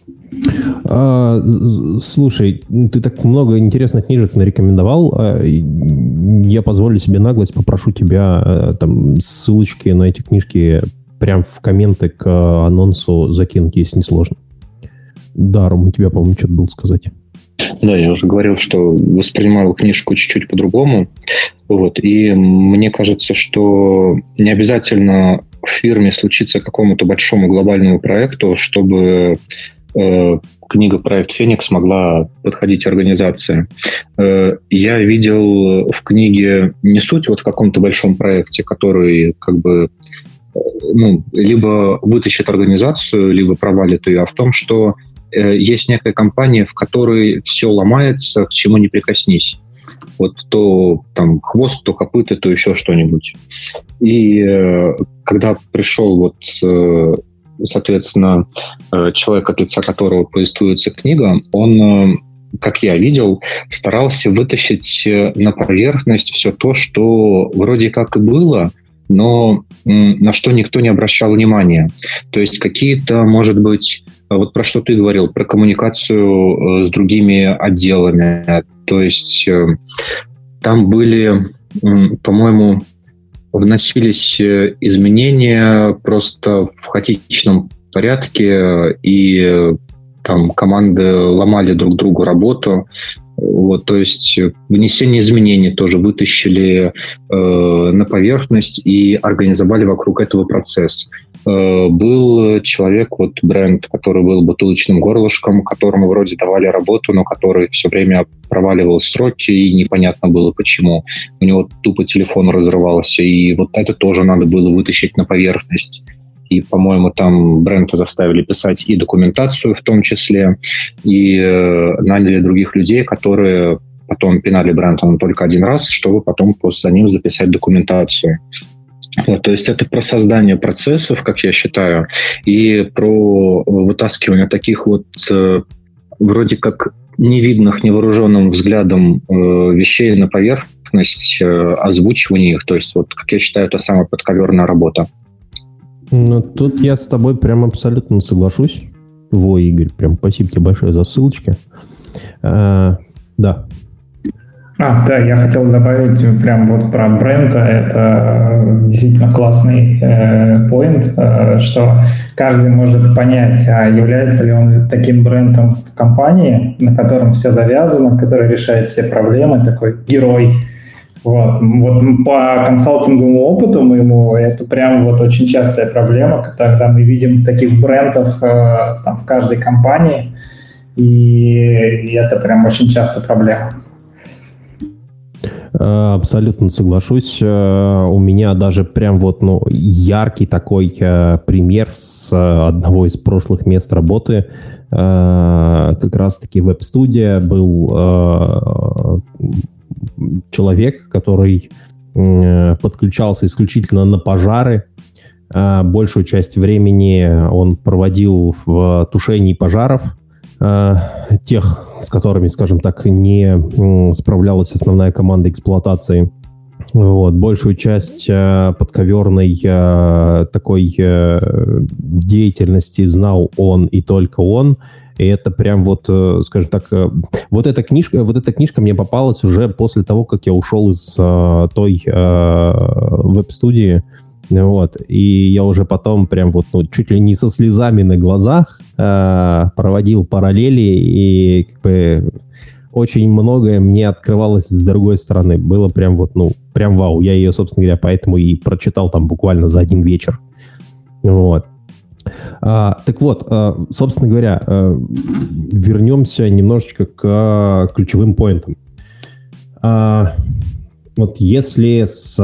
Слушай, ты так много интересных книжек нарекомендовал. Я позволю себе наглость, попрошу тебя там ссылочки на эти книжки прям в комменты к анонсу закинуть, если не сложно. Да, Ром, у тебя, по-моему, что-то было сказать. Да, я уже говорил, что воспринимал книжку чуть-чуть по-другому. Вот, и мне кажется, что не обязательно в фирме случится какому-то большому глобальному проекту, чтобы книга «Проект Феникс» могла подходить организации. Я видел в книге не суть вот в каком-то большом проекте, который как бы либо вытащит организацию, либо провалит ее, а в том, что есть некая компания, в которой все ломается, к чему не прикоснись. Вот то там хвост, то копыта, то еще что-нибудь. И когда пришел вот, соответственно, человек, от лица которого повествуется книга, он, как я видел, старался вытащить на поверхность все то, что вроде как и было, но на что никто не обращал внимания. То есть какие-то, может быть, вот про что ты говорил, про коммуникацию с другими отделами. То есть там были, по-моему, вносились изменения просто в хаотичном порядке, и там команды ломали друг другу работу. Вот, то есть внесение изменений тоже вытащили на поверхность и организовали вокруг этого процесс. Был человек, вот бренд, который был бутылочным горлышком, которому вроде давали работу, но который все время проваливал сроки, и непонятно было почему. У него тупо телефон разрывался, и вот это тоже надо было вытащить на поверхность. И, по-моему, там бренда заставили писать и документацию в том числе, и наняли других людей, которые потом пинали бренд только один раз, чтобы потом за ним записать документацию. Вот, то есть это про создание процессов, как я считаю, и про вытаскивание таких вот вроде как невидных невооруженным взглядом вещей на поверхность, озвучивание их. То есть, вот, как я считаю, это самая подковерная работа. Ну, тут я с тобой прям абсолютно соглашусь. Игорь, прям спасибо тебе большое за ссылочки. Да. Да, я хотел добавить прям вот про бренда. Это действительно классный поинт, что каждый может понять, а является ли он таким брендом в компании, на котором все завязано, который решает все проблемы, такой герой. Вот по консалтинговому опыту моему это прям вот очень частая проблема, когда мы видим таких брендов там, в каждой компании, и это прям очень часто проблема. Абсолютно соглашусь. У меня даже прям вот, яркий такой пример с одного из прошлых мест работы. Как раз-таки веб-студия был человек, который подключался исключительно на пожары. Большую часть времени он проводил в тушении пожаров, тех, с которыми, скажем так, не справлялась основная команда эксплуатации. Вот. Большую часть подковерной такой деятельности знал он и только он. И это прям вот, скажем так, вот эта книжка мне попалась уже после того, как я ушел из той веб-студии. Вот. И я уже потом прям вот чуть ли не со слезами на глазах проводил параллели, и как бы очень многое мне открывалось с другой стороны. Было прям вот, прям вау. Я ее, собственно говоря, поэтому и прочитал там буквально за один вечер. Вот. Так вот, собственно говоря, вернемся немножечко к ключевым поинтам. Вот если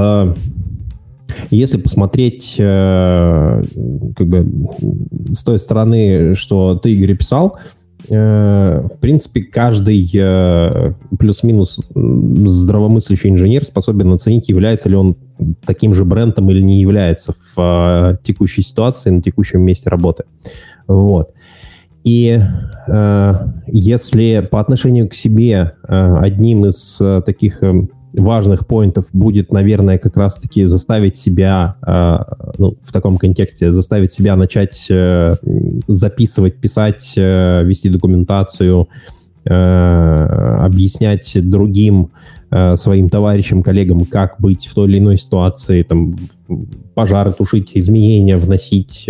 посмотреть как бы с той стороны, что ты, Игорь, писал, в принципе, каждый плюс-минус здравомыслящий инженер способен оценить, является ли он таким же брендом или не является в текущей ситуации, на текущем месте работы. Вот. И если по отношению к себе одним из таких важных поинтов будет, наверное, как раз-таки заставить себя, в таком контексте, заставить себя начать записывать, писать, вести документацию, объяснять другим своим товарищам, коллегам, как быть в той или иной ситуации, там, пожары тушить, изменения вносить,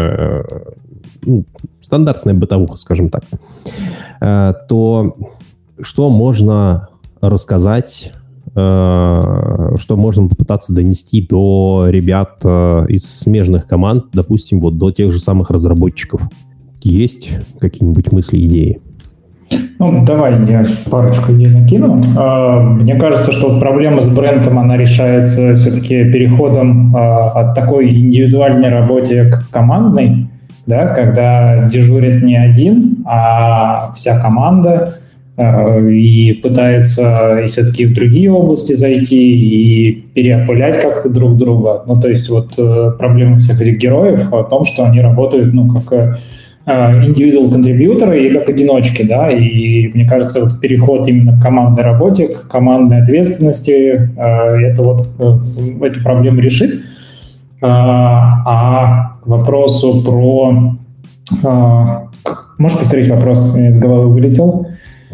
стандартная бытовуха, скажем так, то что можно рассказать, что можно попытаться донести до ребят из смежных команд, допустим, вот до тех же самых разработчиков? Есть какие-нибудь мысли, идеи? Давай я парочку идей накину. Мне кажется, что проблема с брендом, она решается все-таки переходом от такой индивидуальной работы к командной, да, когда дежурит не один, а вся команда, и пытается и все-таки в другие области зайти и переопылять как-то друг друга. То есть вот проблема всех этих героев в том, что они работают, как индивидуал контрибьюторы и как одиночки, да, и мне кажется, вот переход именно к командной работе, к командной ответственности, это вот эту проблему решит. А к вопросу про... Можешь повторить вопрос? Из головы вылетел.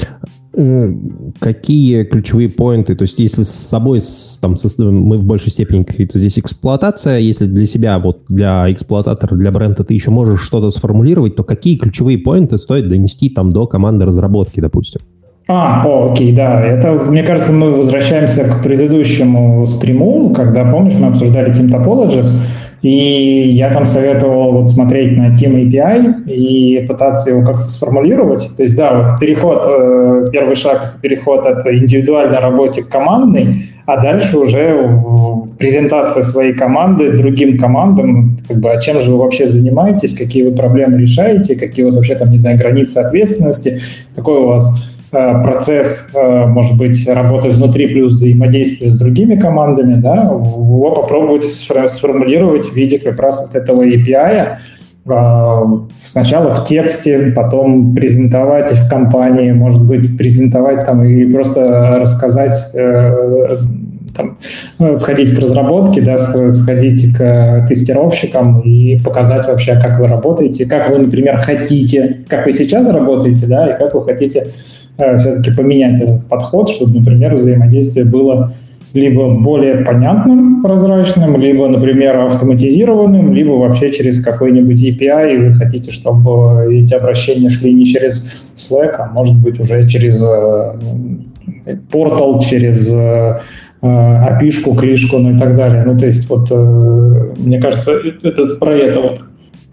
Какие ключевые поинты? То есть, если с собой мы в большей степени, как говорится, здесь эксплуатация, если для себя, вот для эксплуататора, для бренда ты еще можешь что-то сформулировать, то какие ключевые поинты стоит донести там до команды разработки, допустим? Окей, да. Это, мне кажется, мы возвращаемся к предыдущему стриму, когда, помнишь, мы обсуждали Team Topologies, и я там советовал вот смотреть на Team API и пытаться его как-то сформулировать. То есть, да, вот первый шаг — это переход от индивидуальной работы к командной, а дальше уже презентация своей команды другим командам, а чем же вы вообще занимаетесь, какие вы проблемы решаете, какие у вас вообще там, не знаю, границы ответственности, какой у вас процесс, может быть, работы внутри плюс взаимодействия с другими командами, да, его попробовать сформулировать в виде как раз вот этого API, сначала в тексте, потом презентовать в компании, может быть, презентовать там и просто рассказать, там, сходить к разработке, да, сходить к тестировщикам и показать вообще, как вы работаете, как вы, например, хотите, как вы сейчас работаете, да, и как вы хотите все-таки поменять этот подход, чтобы, например, взаимодействие было либо более понятным, прозрачным, либо, например, автоматизированным, либо вообще через какой-нибудь API, и вы хотите, чтобы эти обращения шли не через Slack, а может быть уже через портал, через API-шку, клишку, ну и так далее. Ну, то есть вот, мне кажется, это про это вот.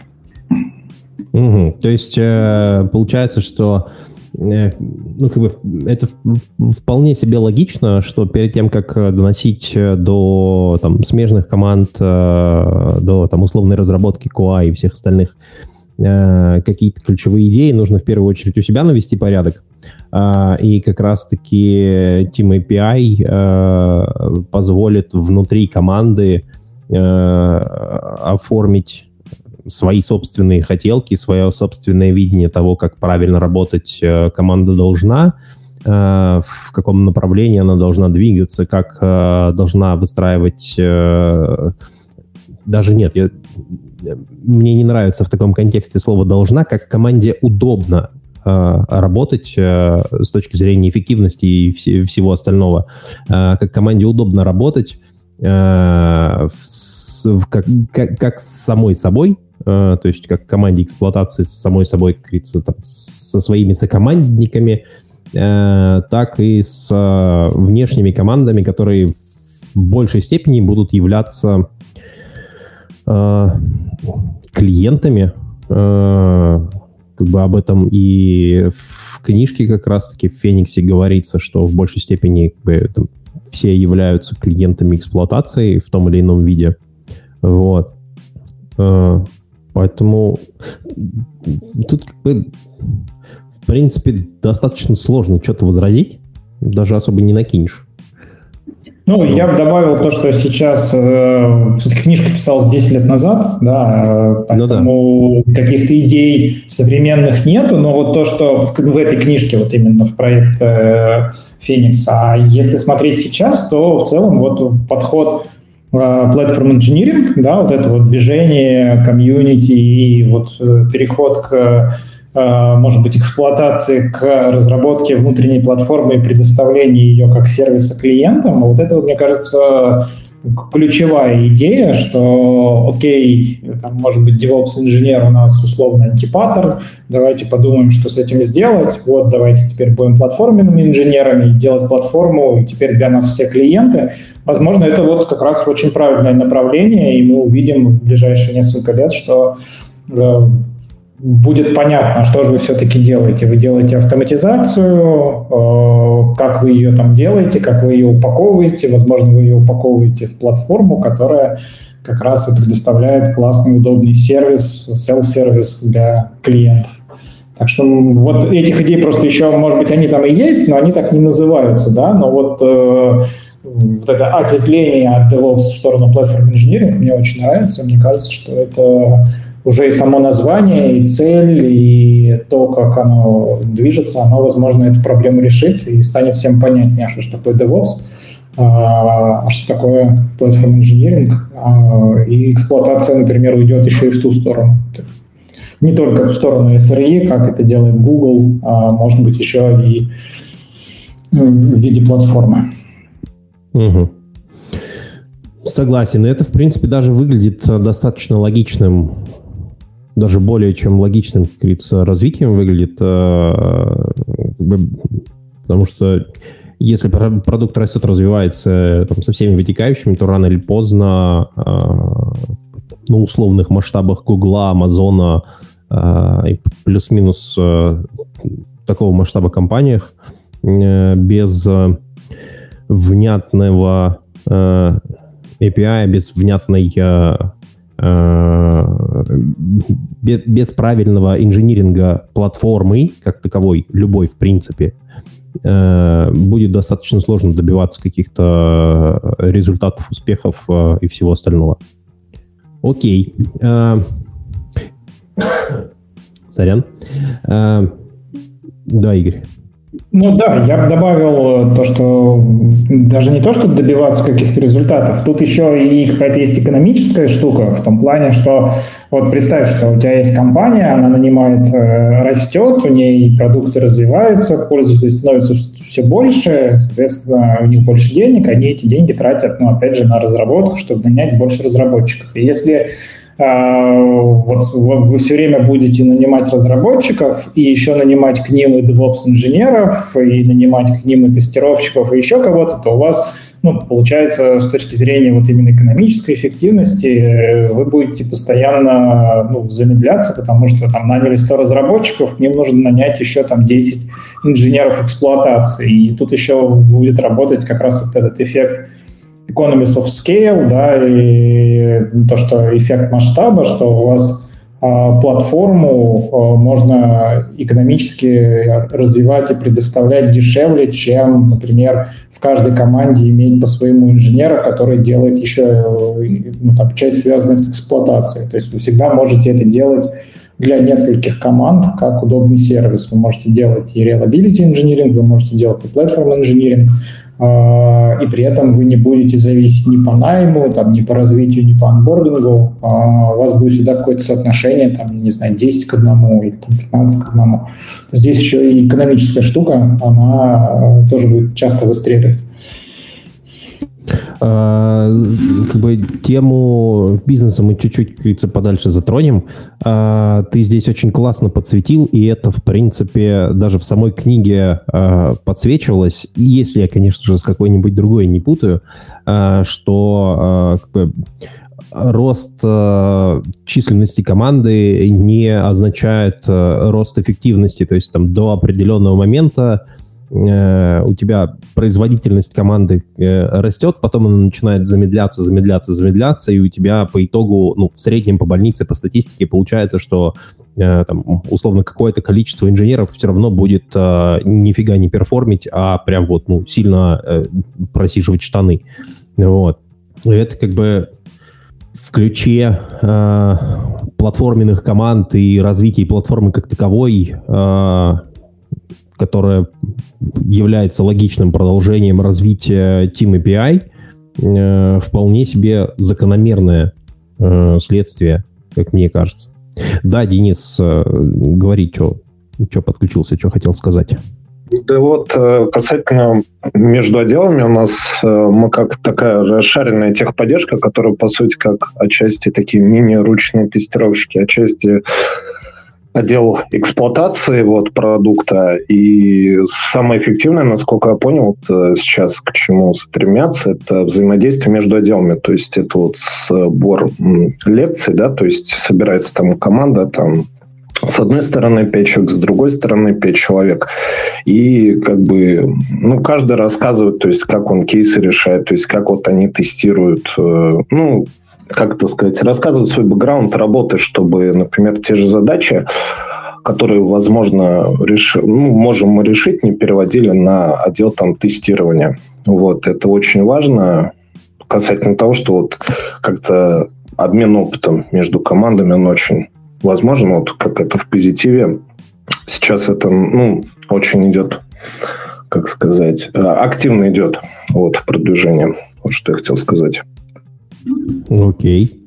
То есть получается, что ну, как бы это вполне себе логично, что перед тем, как доносить до там, смежных команд, до там, условной разработки QA и всех остальных какие-то ключевые идеи, нужно в первую очередь у себя навести порядок. И как раз-таки Team API позволит внутри команды оформить свои собственные хотелки, свое собственное видение того, как правильно работать команда должна, в каком направлении она должна двигаться, как должна выстраивать... Даже нет, мне не нравится в таком контексте слово «должна», как команде удобно работать с точки зрения эффективности и всего остального. Как команде удобно работать как с самой собой, то есть как команде эксплуатации с самой собой, как говорится, там, со своими сокомандниками, так и с внешними командами, которые в большей степени будут являться клиентами. Как бы об этом и в книжке как раз-таки в Фениксе говорится, что в большей степени как бы, там, все являются клиентами эксплуатации в том или ином виде. Вот. Поэтому тут, как бы, в принципе, достаточно сложно что-то возразить, даже особо не накинешь. Ну, я бы добавил то, что сейчас все-таки книжка писалась 10 лет назад, да, поэтому каких-то идей современных нету, но вот то, что в этой книжке, вот именно в проект Феникс, а если смотреть сейчас, то в целом вот подход platform engineering, да, вот это вот движение, комьюнити и вот переход к, может быть, эксплуатации к разработке внутренней платформы и предоставлению ее как сервиса клиентам, вот это, мне кажется, ключевая идея, что, окей, там, может быть, DevOps-инженер у нас условно антипаттерн, давайте подумаем, что с этим сделать, вот, давайте теперь будем платформенными инженерами, делать платформу, и теперь для нас все клиенты. Возможно, это вот как раз очень правильное направление, и мы увидим в ближайшие несколько лет, что будет понятно, что же вы все-таки делаете. Вы делаете автоматизацию, как вы ее там делаете, как вы ее упаковываете. Возможно, вы ее упаковываете в платформу, которая как раз и предоставляет классный, удобный сервис, селф-сервис для клиентов. Так что вот этих идей просто еще, может быть, они там и есть, но они так не называются, да, но вот это ответвление от DevOps в сторону Platform Engineering мне очень нравится. Мне кажется, что это уже и само название, и цель, и то, как оно движется, оно, возможно, эту проблему решит и станет всем понятнее, что же такое DevOps, а что такое Platform Engineering, и эксплуатация, например, уйдет еще и в ту сторону. Не только в сторону SRE, как это делает Google, а может быть еще и в виде платформы. Угу. Согласен. И это, в принципе, даже выглядит достаточно логичным, даже более чем логичным, как говорится, развитием выглядит, потому что если продукт растет, развивается там, со всеми вытекающими, то рано или поздно на условных масштабах Гугла, Амазона и плюс-минус такого масштаба компаниях без внятного API, без внятной без правильного инжиниринга платформы как таковой, любой в принципе, будет достаточно сложно добиваться каких-то результатов, успехов и всего остального. Окей. Сорян. Да, Игорь. Ну да, я бы добавил то, что даже не то, чтобы добиваться каких-то результатов, тут еще и какая-то есть экономическая штука в том плане, что вот представь, что у тебя есть компания, она нанимает, растет, у нее продукты развиваются, пользователей становится все больше, соответственно, у них больше денег, они эти деньги тратят, ну, опять же, на разработку, чтобы нанять больше разработчиков. И если вот вы все время будете нанимать разработчиков и еще нанимать к ним и DevOps-инженеров, и нанимать к ним и тестировщиков, и еще кого-то, то у вас, ну, получается, с точки зрения вот именно экономической эффективности, вы будете постоянно, ну, замедляться, потому что там наняли 100 разработчиков, к ним нужно нанять еще там 10 инженеров эксплуатации. И тут еще будет работать как раз вот этот эффект economies of scale, да, и то, что эффект масштаба, что у вас платформу можно экономически развивать и предоставлять дешевле, чем, например, в каждой команде иметь по своему инженера, который делает еще, ну, там, часть, связанная с эксплуатацией. То есть вы всегда можете это делать для нескольких команд, как удобный сервис. Вы можете делать и reliability engineering, вы можете делать и platform engineering, и при этом вы не будете зависеть ни по найму, там, ни по развитию, ни по анбордингу. У вас будет всегда какое-то соотношение, там, не знаю, 10 к 1 или там, 15 к 1. Здесь еще и экономическая штука, она тоже будет часто выстреливать. Как бы тему бизнеса мы чуть-чуть, как говорится, подальше затронем. Ты здесь очень классно подсветил, и это, в принципе, даже в самой книге подсвечивалось, если я, конечно же, с какой-нибудь другой не путаю, что как бы рост численности команды не означает рост эффективности, то есть там до определенного момента у тебя производительность команды растет, потом она начинает замедляться, и у тебя по итогу, ну, в среднем по больнице, по статистике получается, что там, условно, какое-то количество инженеров все равно будет нифига не перформить, а прям вот, ну, сильно просиживать штаны. Вот. И это как бы в ключе платформенных команд и развития платформы как таковой, которая является логичным продолжением развития Team API, вполне себе закономерное следствие, как мне кажется. Да, Денис, говори, что подключился, что хотел сказать. Да вот, касательно между отделами у нас мы как такая расшаренная техподдержка, которая, по сути, как отчасти такие мини-ручные тестировщики, отчасти отдел эксплуатации вот, продукта. И самое эффективное, насколько я понял, вот сейчас к чему стремятся, это взаимодействие между отделами. То есть это вот сбор лекций, да, то есть собирается там команда, там с одной стороны 5 человек, с другой стороны 5 человек. И как бы, ну, каждый рассказывает, то есть как он кейсы решает, то есть как вот они тестируют, ну, как это сказать, рассказывают свой бэкграунд работы, чтобы, например, те же задачи, которые, возможно, можем мы решить, не переводили на отдел там тестирования. Вот, это очень важно касательно того, что вот как-то обмен опытом между командами, он очень возможен, вот как это в позитиве. Сейчас это, ну, очень идет, как сказать, активно идет вот продвижение. Вот что я хотел сказать. Окей.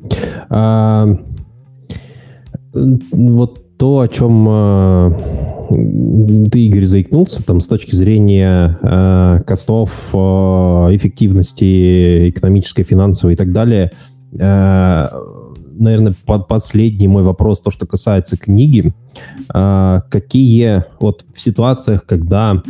Вот то, о чем ты, Игорь, заикнулся, там, с точки зрения костов, эффективности экономической, финансовой и так далее, наверное, последний мой вопрос, то, что касается книги. Какие вот в ситуациях, когда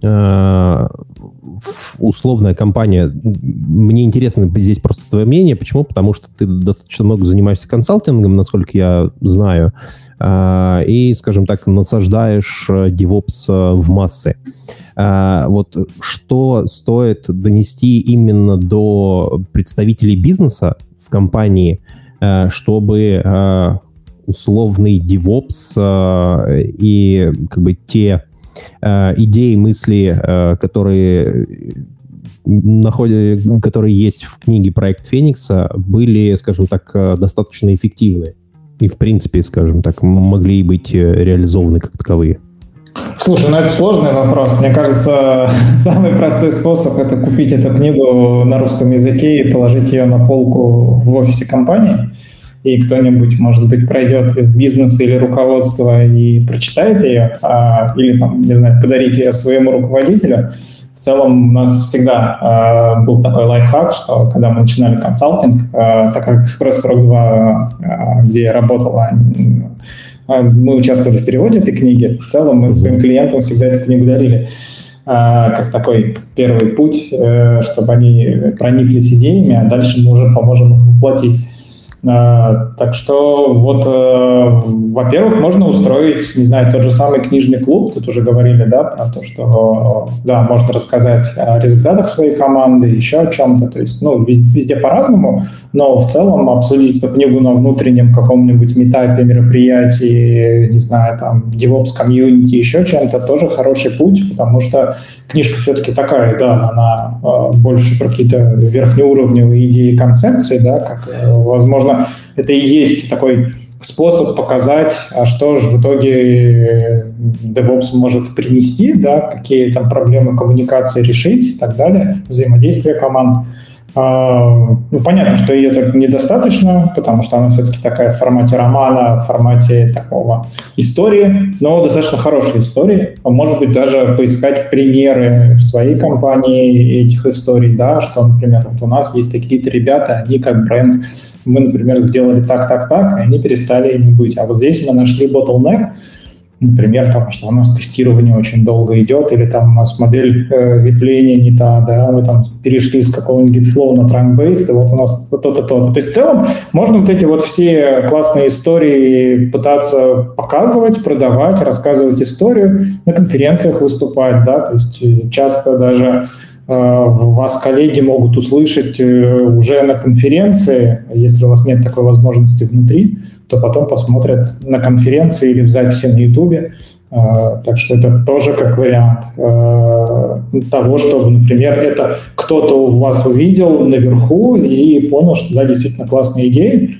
условная компания, мне интересно здесь просто твое мнение, почему? Потому что ты достаточно много занимаешься консалтингом, насколько я знаю, и, скажем так, насаждаешь DevOps в массы. Вот что стоит донести именно до представителей бизнеса в компании, чтобы условный DevOps и как бы те идеи, мысли, которые есть в книге «Проект Феникса», были, скажем так, достаточно эффективны и, в принципе, скажем так, могли быть реализованы как таковые? Слушай, это сложный вопрос. Мне кажется, самый простой способ – это купить эту книгу на русском языке и положить ее на полку в офисе компании. И кто-нибудь, может быть, пройдет из бизнеса или руководства и прочитает ее, или, там, не знаю, подарить ее своему руководителю. В целом у нас всегда был такой лайфхак, что когда мы начинали консалтинг, так как «Экспресс-42», где я работал, мы участвовали в переводе этой книги, в целом мы своим клиентам всегда эту книгу дарили как такой первый путь, чтобы они прониклись идеями, а дальше мы уже поможем их воплотить. Так что вот, во-первых, можно устроить, не знаю, тот же самый книжный клуб, тут уже говорили, да, про то, что, да, можно рассказать о результатах своей команды, еще о чем-то, то есть, ну, везде по-разному, но в целом обсудить эту книгу на внутреннем каком-нибудь митапе, мероприятии, не знаю, там, DevOps комьюнити, еще чем-то, тоже хороший путь, потому что книжка все-таки такая, да, она больше про какие-то верхнеуровневые идеи и концепции, да, как, возможно, это и есть такой способ показать, а что же в итоге DevOps может принести, да, какие там проблемы коммуникации решить и так далее, взаимодействие команд. Ну, понятно, что ее только недостаточно, потому что она все-таки такая в формате романа, в формате такого истории, но достаточно хорошей истории. Может быть, даже поискать примеры в своей компании этих историй, да, что, например, вот у нас есть такие-то ребята, они как бренд, мы, например, сделали так, и они перестали ими быть. А вот здесь мы нашли bottleneck, например, там, что у нас тестирование очень долго идет, или там у нас модель ветвления не та, да, мы там перешли с какого-нибудь Gitflow на Trunk-based, и вот у нас то-то. То есть в целом можно вот эти вот все классные истории пытаться показывать, продавать, рассказывать историю, на конференциях выступать, да, то есть часто даже вас коллеги могут услышать уже на конференции, если у вас нет такой возможности внутри, то потом посмотрят на конференции или в записи на Ютубе. Так что это тоже как вариант того, чтобы, например, это кто-то у вас увидел наверху и понял, что да, действительно классная идея.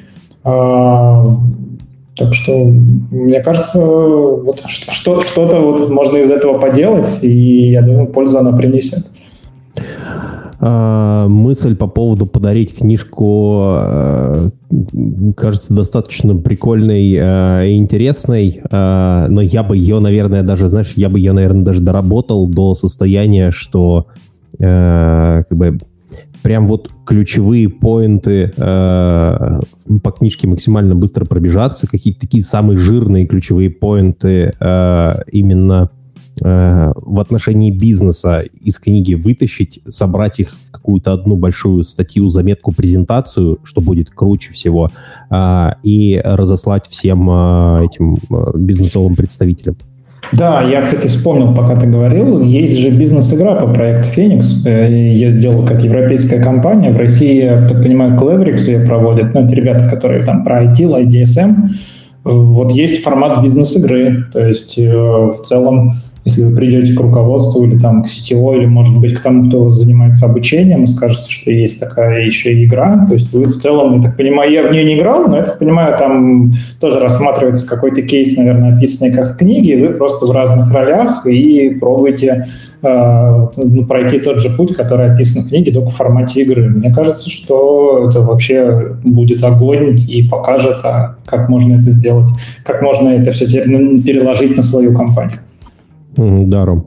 Так что, мне кажется, вот что-то вот можно из этого поделать, и я думаю, пользу она принесет. Мысль по поводу подарить книжку кажется достаточно прикольной и интересной, но я бы ее, наверное, даже доработал до состояния, что как бы прям вот ключевые поинты по книжке максимально быстро пробежаться, какие-то такие самые жирные ключевые поинты именно в отношении бизнеса из книги вытащить, собрать их в какую-то одну большую статью, заметку, презентацию, что будет круче всего, и разослать всем этим бизнесовым представителям. Да, я, кстати, вспомнил, пока ты говорил, есть же бизнес-игра по проекту «Феникс». Ее сделала какая-то европейская компания. В России, я так понимаю, Cleverix ее проводит. Ну, это ребята, которые там про IT, IDSM. Вот есть формат бизнес-игры. То есть в целом, если вы придете к руководству или там к CTO, или, может быть, к тому, кто занимается обучением, и скажете, что есть такая еще игра, то есть вы в целом, я так понимаю, я в нее не играл, но я так понимаю, там тоже рассматривается какой-то кейс, наверное, описанный как в книге, и вы просто в разных ролях и пробуете пройти тот же путь, который описан в книге, только в формате игры. Мне кажется, что это вообще будет огонь и покажет, как можно это сделать, как можно это все переложить на свою компанию. Да, Ром.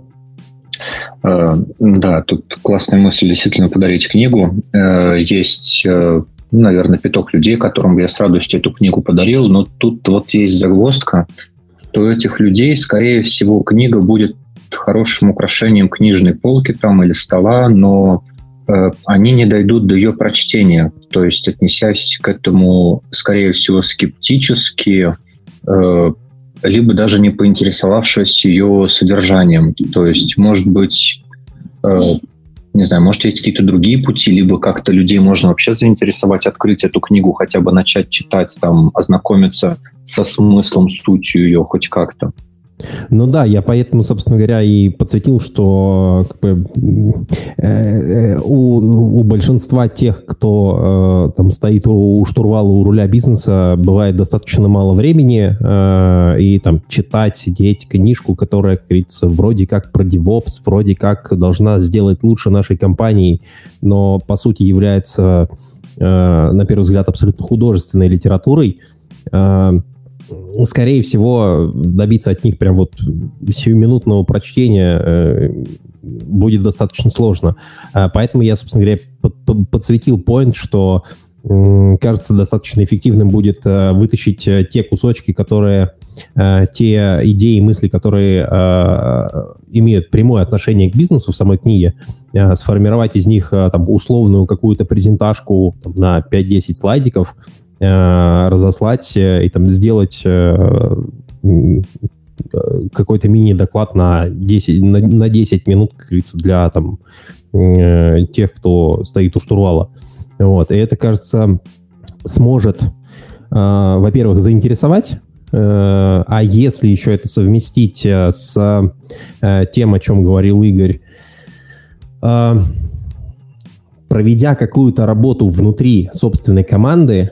Да, тут классная мысль действительно подарить книгу. Есть, наверное, пяток людей, которым я с радостью эту книгу подарил, но тут вот есть загвоздка, что у этих людей, скорее всего, книга будет хорошим украшением книжной полки там или стола, но они не дойдут до ее прочтения. То есть, отнесясь к этому, скорее всего, скептически, либо даже не поинтересовавшись ее содержанием. То есть, может быть, не знаю, может, есть какие-то другие пути, либо как-то людей можно вообще заинтересовать, открыть эту книгу, хотя бы начать читать, там, ознакомиться со смыслом, сутью ее хоть как-то. Ну да, я поэтому, собственно говоря, и подсветил, что у большинства тех, кто там стоит у штурвала, у руля бизнеса, бывает достаточно мало времени, и там читать, сидеть книжку, которая, как говорится, вроде как про DevOps, вроде как должна сделать лучше нашей компании, но по сути является, на первый взгляд, абсолютно художественной литературой. Скорее всего, добиться от них прям вот сиюминутного прочтения будет достаточно сложно. Поэтому я, собственно говоря, подсветил поинт, что кажется, достаточно эффективным будет вытащить те кусочки, которые, те идеи и мысли, которые имеют прямое отношение к бизнесу в самой книге, сформировать из них там условную какую-то презентажку там, на 5-10 слайдиков, разослать и там сделать какой-то мини-доклад на 10 минут, как говорится, для там, тех, кто стоит у штурвала. Вот. И это, кажется, сможет, во-первых, заинтересовать, а если еще это совместить с тем, о чем говорил Игорь, проведя какую-то работу внутри собственной команды,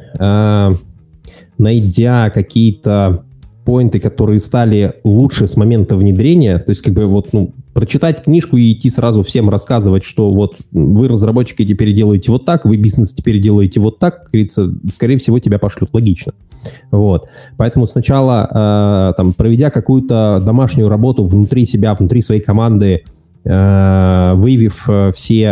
найдя какие-то поинты, которые стали лучше с момента внедрения, то есть как бы вот, ну, прочитать книжку и идти сразу всем рассказывать, что вот вы, разработчики, теперь делаете вот так, вы, бизнес, теперь делаете вот так, как говорится, скорее всего, тебя пошлют логично. Вот. Поэтому сначала, там, проведя какую-то домашнюю работу внутри себя, внутри своей команды, выявив все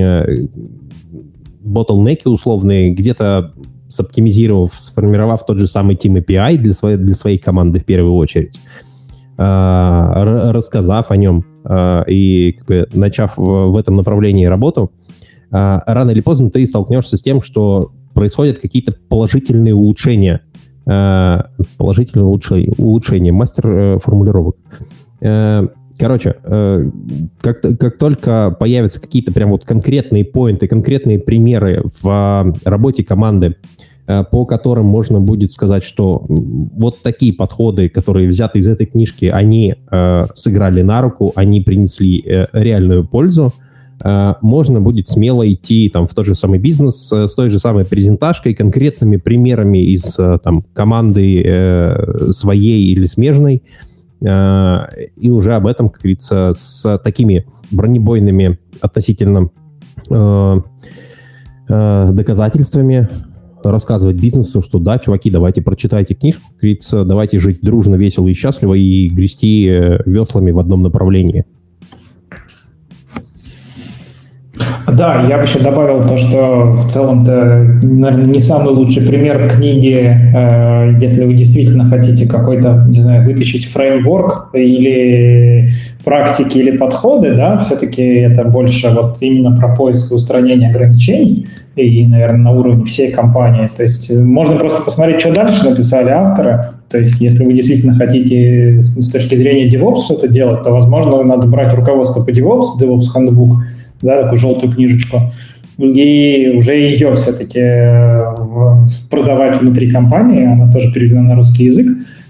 ботлнеки условные, где-то соптимизировав, сформировав тот же самый Team API для своей команды в первую очередь, рассказав о нем и как бы, начав в этом направлении работу, рано или поздно ты столкнешься с тем, что происходят какие-то положительные улучшения. Мастер формулировок. Короче, как только появятся какие-то прям вот конкретные поинты, конкретные примеры в работе команды, по которым можно будет сказать, что вот такие подходы, которые взяты из этой книжки, они сыграли на руку, они принесли реальную пользу, можно будет смело идти там, в тот же самый бизнес с той же самой презентажкой, конкретными примерами из там, команды своей или смежной, и уже об этом, как говорится, с такими бронебойными относительно доказательствами рассказывать бизнесу, что да, чуваки, давайте прочитайте книжку, как говорится, давайте жить дружно, весело и счастливо и грести веслами в одном направлении. Да, я бы еще добавил то, что в целом-то, наверное, не самый лучший пример книги, если вы действительно хотите какой-то, не знаю, вытащить фреймворк или практики, или подходы, да, все-таки это больше вот именно про поиск и устранение ограничений и, наверное, на уровне всей компании. То есть можно просто посмотреть, что дальше написали авторы. То есть если вы действительно хотите с точки зрения DevOps что-то делать, то, возможно, надо брать руководство по DevOps Handbook, да, такую желтую книжечку, и уже ее все-таки продавать внутри компании, она тоже переведена на русский язык,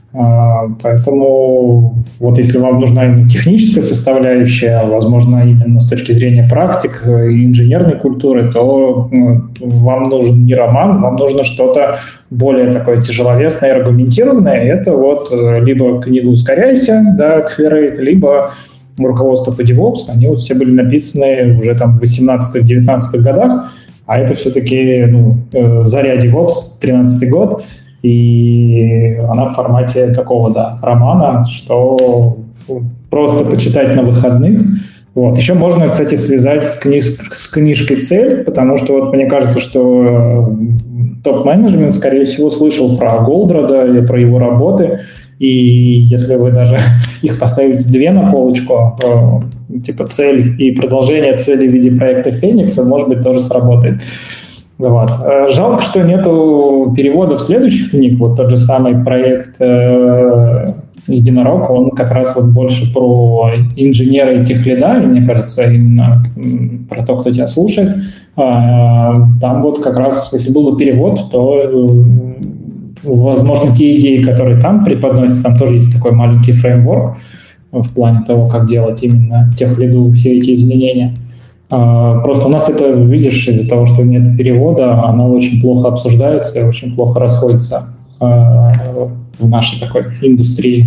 поэтому вот если вам нужна именно техническая составляющая, возможно, именно с точки зрения практик и инженерной культуры, то вам нужен не роман, вам нужно что-то более такое тяжеловесное и аргументированное, это вот либо книгу «Ускоряйся», да, Accelerate, либо руководство по DevOps, они вот все были написаны уже там в 18-19 годах, а это все-таки заря DevOps, 13-й год, и она в формате такого, да, романа, что просто почитать на выходных. Вот. Еще можно, кстати, связать с книжкой «Цель», потому что вот мне кажется, что топ-менеджмент, скорее всего, слышал про Голдрада или про его работы, и если вы даже их поставите две на полочку, типа «Цель» и продолжение «Цели» в виде проекта «Феникса», может быть, тоже сработает. Вот. Жалко, что нету переводов следующих книг. Вот тот же самый проект «Единорог», он как раз вот больше про инженера и техлида, и мне кажется, именно про то, кто тебя слушает. Там вот как раз, если был бы перевод, то возможно, те идеи, которые там преподносятся, там тоже есть такой маленький фреймворк в плане того, как делать именно техлиду все эти изменения. Просто у нас это, видишь, из-за того, что нет перевода, оно очень плохо обсуждается и очень плохо расходится в нашей такой индустрии.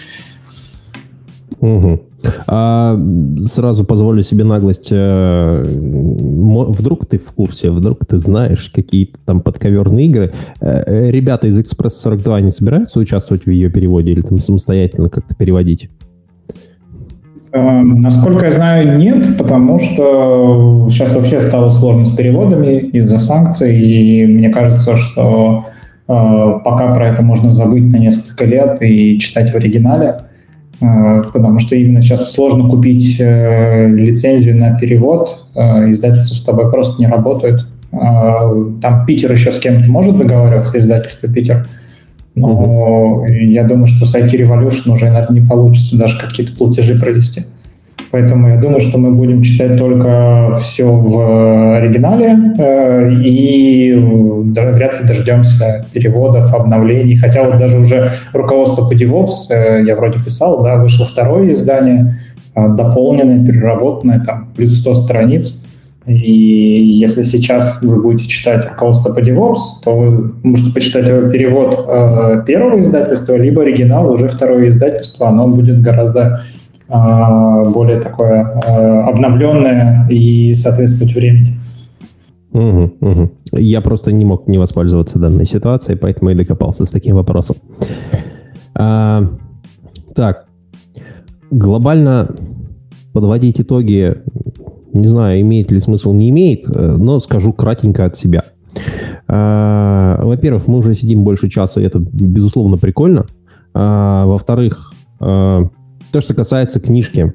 Угу. Сразу позволю себе наглость. Вдруг ты в курсе, вдруг ты знаешь какие-то там подковерные игры. Ребята из Express42 не собираются участвовать в ее переводе или там самостоятельно как-то переводить? Насколько я знаю, нет, потому что сейчас вообще стало сложно с переводами из-за санкций, и мне кажется, что пока про это можно забыть на несколько лет и читать в оригинале, потому что именно сейчас сложно купить лицензию на перевод, издательства с тобой просто не работают. Там Питер еще с кем-то может договариваться, издательство Питер, но я думаю, что с IT Revolution уже, наверное, не получится даже какие-то платежи провести. Поэтому я думаю, что мы будем читать только все в оригинале и вряд ли дождемся переводов, обновлений. Хотя вот даже уже руководство по DevOps, я вроде писал, да, вышло второе издание, дополненное, переработанное, там плюс 100 страниц. И если сейчас вы будете читать руководство по DevOps, то вы можете почитать перевод первого издательства, либо оригинал, уже второе издательство, оно будет гораздо более такое обновленное и соответствовать времени. Я просто не мог не воспользоваться данной ситуацией, поэтому и докопался с таким вопросом. Так, глобально подводить итоги, не знаю, имеет ли смысл, не имеет, но скажу кратенько от себя. Во-первых, мы уже сидим больше часа, и это, безусловно, прикольно. Во-вторых, то, что касается книжки,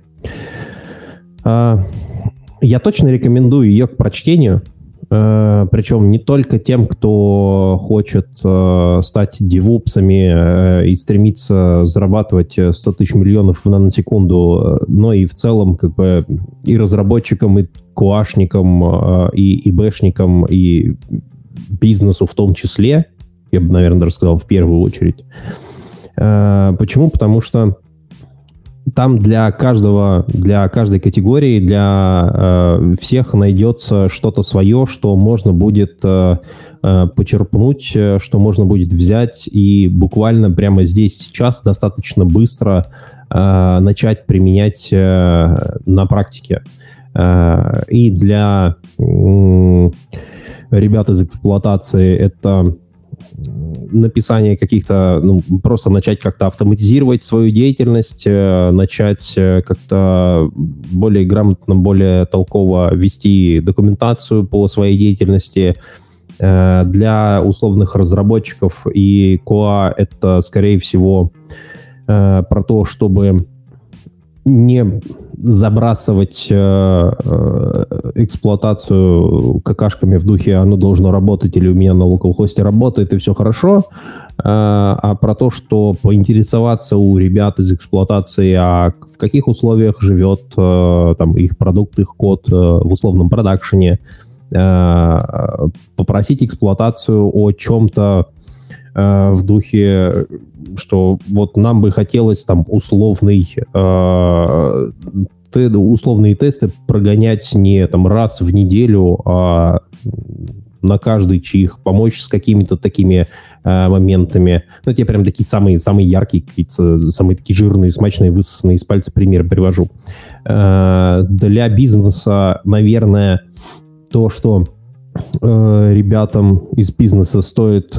я точно рекомендую ее к прочтению, причем не только тем, кто хочет стать девопсами и стремится зарабатывать 100 тысяч миллионов в наносекунду, но и в целом как бы и разработчикам, и QA-шникам, и ИБшникам, и бизнесу в том числе, я бы, наверное, даже сказал, в первую очередь. Почему? Потому что там для каждой категории, для всех найдется что-то свое, что можно будет почерпнуть, что можно будет взять и буквально прямо здесь, сейчас достаточно быстро начать применять на практике. И для ребят из эксплуатации это написание каких-то, просто начать как-то автоматизировать свою деятельность, начать как-то более грамотно, более толково вести документацию по своей деятельности. Для условных разработчиков и QA это, скорее всего, про то, чтобы не забрасывать эксплуатацию какашками в духе «оно должно работать» или «у меня на localhost работает и все хорошо», а про то, что поинтересоваться у ребят из эксплуатации, а в каких условиях живет там их продукт, их код в условном продакшене, попросить эксплуатацию о чем-то в духе, что вот нам бы хотелось там условные тесты прогонять не там раз в неделю, а на каждый чих, помочь с какими-то такими моментами. Я прям такие самые яркие, какие-то самые такие жирные, смачные, высосанные из пальца примеры привожу. Для бизнеса, наверное, то, что ребятам из бизнеса стоит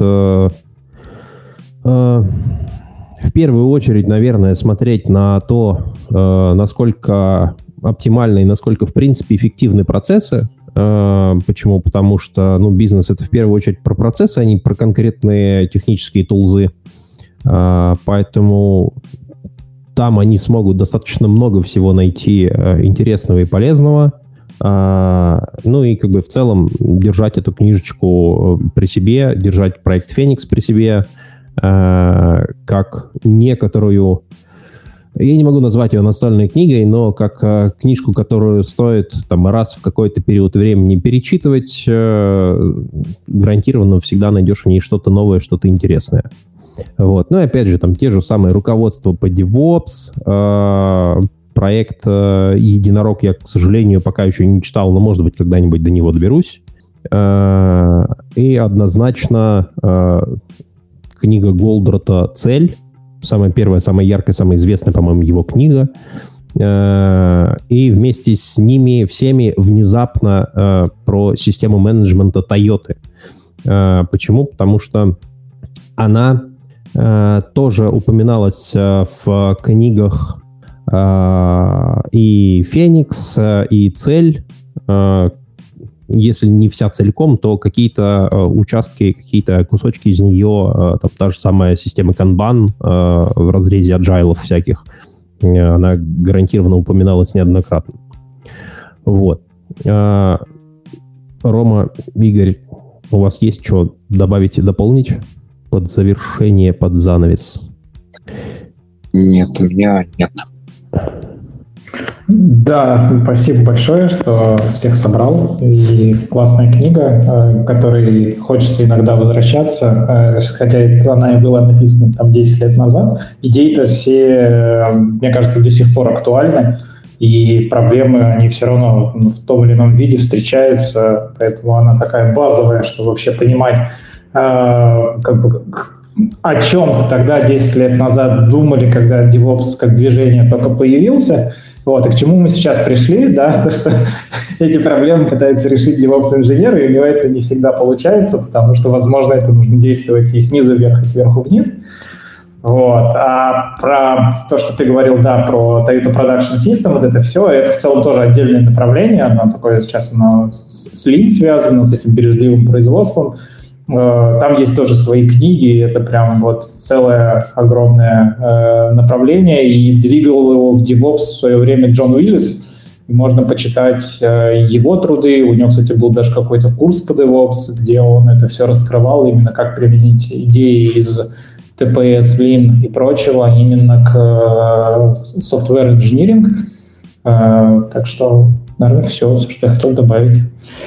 в первую очередь, наверное, смотреть на то, насколько оптимальны и насколько, в принципе, эффективны процессы. Почему? Потому что бизнес — это в первую очередь про процессы, а не про конкретные технические тулзы. Поэтому там они смогут достаточно много всего найти интересного и полезного. И как бы в целом держать эту книжечку при себе, держать проект Феникс при себе, как некоторую Я не могу назвать ее настольной книгой, но как книжку, которую стоит там раз в какой-то период времени перечитывать, гарантированно всегда найдешь в ней что-то новое, что-то интересное. Вот. Ну и опять же, там те же самые руководства по DevOps, проект «Единорог» я, к сожалению, пока еще не читал, но, может быть, когда-нибудь до него доберусь. И однозначно книга Голдрата «Цель». Самая первая, самая яркая, самая известная, по-моему, его книга. И вместе с ними всеми внезапно про систему менеджмента Toyota. Почему? Потому что она тоже упоминалась в книгах и «Феникс», и «Цель». Если не вся целиком, то какие-то участки, какие-то кусочки из нее, там та же самая система Kanban в разрезе аджайлов всяких, она гарантированно упоминалась неоднократно. Вот. Рома, Игорь, у вас есть что добавить и дополнить под завершение, под занавес? Нет, у меня нет. Да, спасибо большое, что всех собрал. И классная книга, к которой хочется иногда возвращаться, хотя она и была написана там 10 лет назад. Идеи-то все, мне кажется, до сих пор актуальны, и проблемы, они все равно в том или ином виде встречаются, поэтому она такая базовая, что вообще понимать, как бы, о чем тогда 10 лет назад думали, когда DevOps как движение только появился. Вот, и к чему мы сейчас пришли, да, то, что эти проблемы пытаются решить DevOps-инженеры, и у него это не всегда получается, потому что, возможно, это нужно действовать и снизу вверх, и сверху вниз. Вот. А про то, что ты говорил, да, про Toyota Production System, вот это все, это в целом тоже отдельное направление, оно такое, сейчас оно с Lean связано, с этим бережливым производством. Там есть тоже свои книги, это прям вот целое огромное направление, и двигал его в DevOps в свое время Джон Уиллис, и можно почитать его труды, у него, кстати, был даже какой-то курс по DevOps, где он это все раскрывал, именно как применить идеи из TPS, Lean и прочего именно к software engineering. Так что, наверное, все, что я хотел добавить.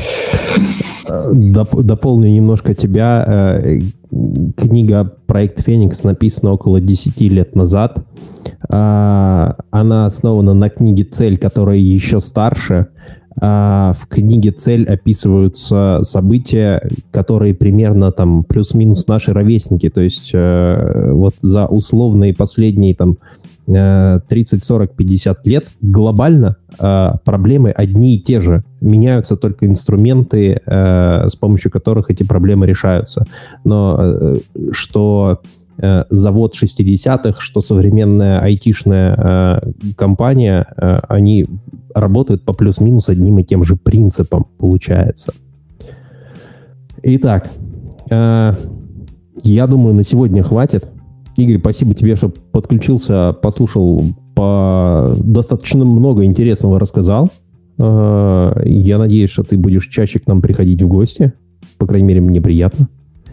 Дополню немножко тебя. Книга «Проект Феникс» написана около 10 лет назад. Она основана на книге «Цель», которая еще старше. В книге «Цель» описываются события, которые примерно там плюс-минус наши ровесники. То есть вот за условные последние там 30, 40, 50 лет глобально проблемы одни и те же. Меняются только инструменты, с помощью которых эти проблемы решаются. Но что завод 60-х, что современная айтишная компания, они работают по плюс-минус одним и тем же принципам, получается. Итак, я думаю, на сегодня хватит. Игорь, спасибо тебе, что подключился, послушал, достаточно много интересного рассказал. Я надеюсь, что ты будешь чаще к нам приходить в гости. По крайней мере, мне приятно.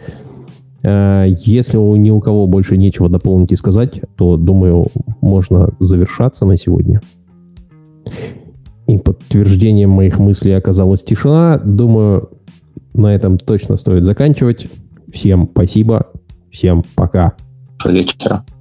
Если ни у кого больше нечего дополнить и сказать, то, думаю, можно завершаться на сегодня. И подтверждением моих мыслей оказалась тишина. Думаю, на этом точно стоит заканчивать. Всем спасибо. Всем пока. Вечера.